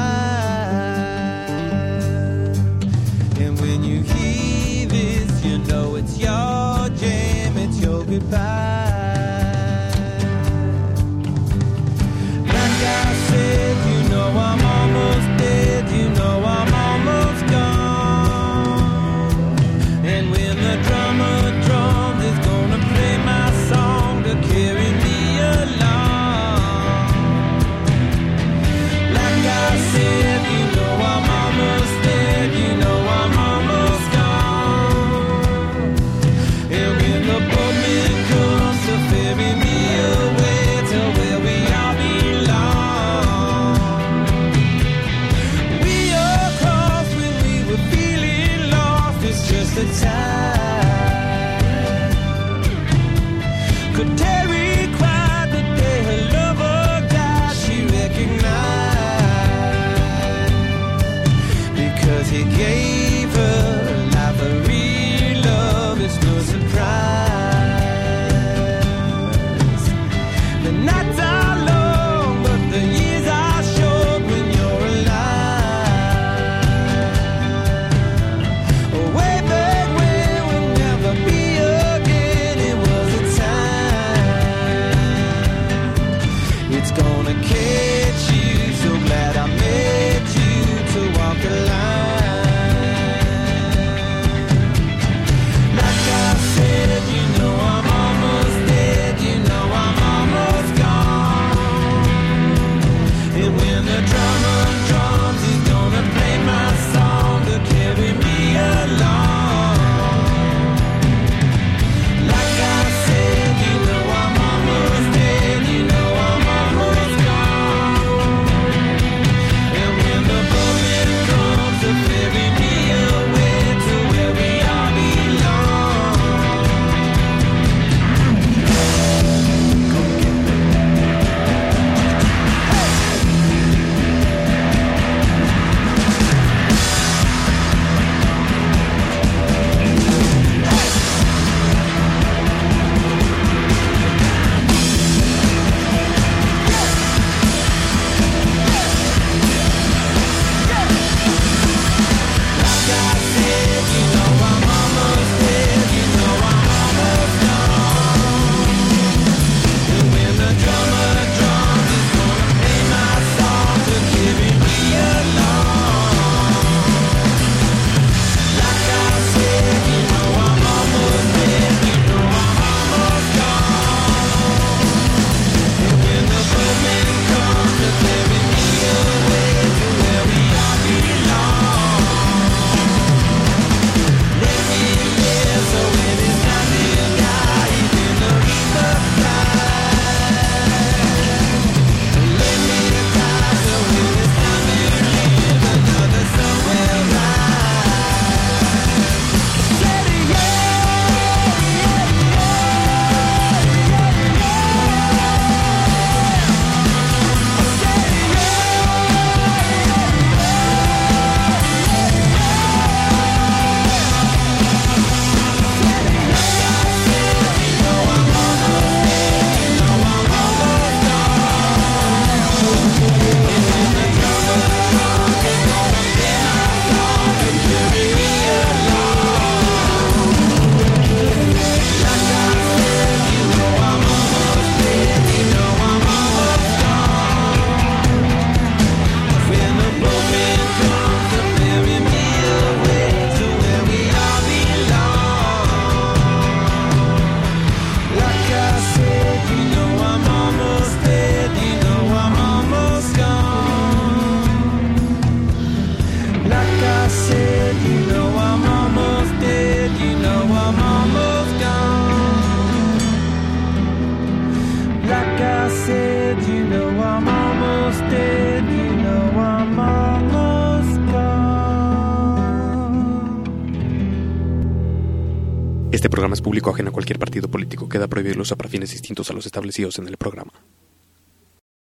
[SPEAKER 5] And when you hear this, you know it's your jam, it's your goodbye. Like I said, you know I'm almost dead, you know I'm almost
[SPEAKER 1] Este programa es público ajeno a cualquier partido político. Queda prohibido el uso para fines distintos a los establecidos en el programa.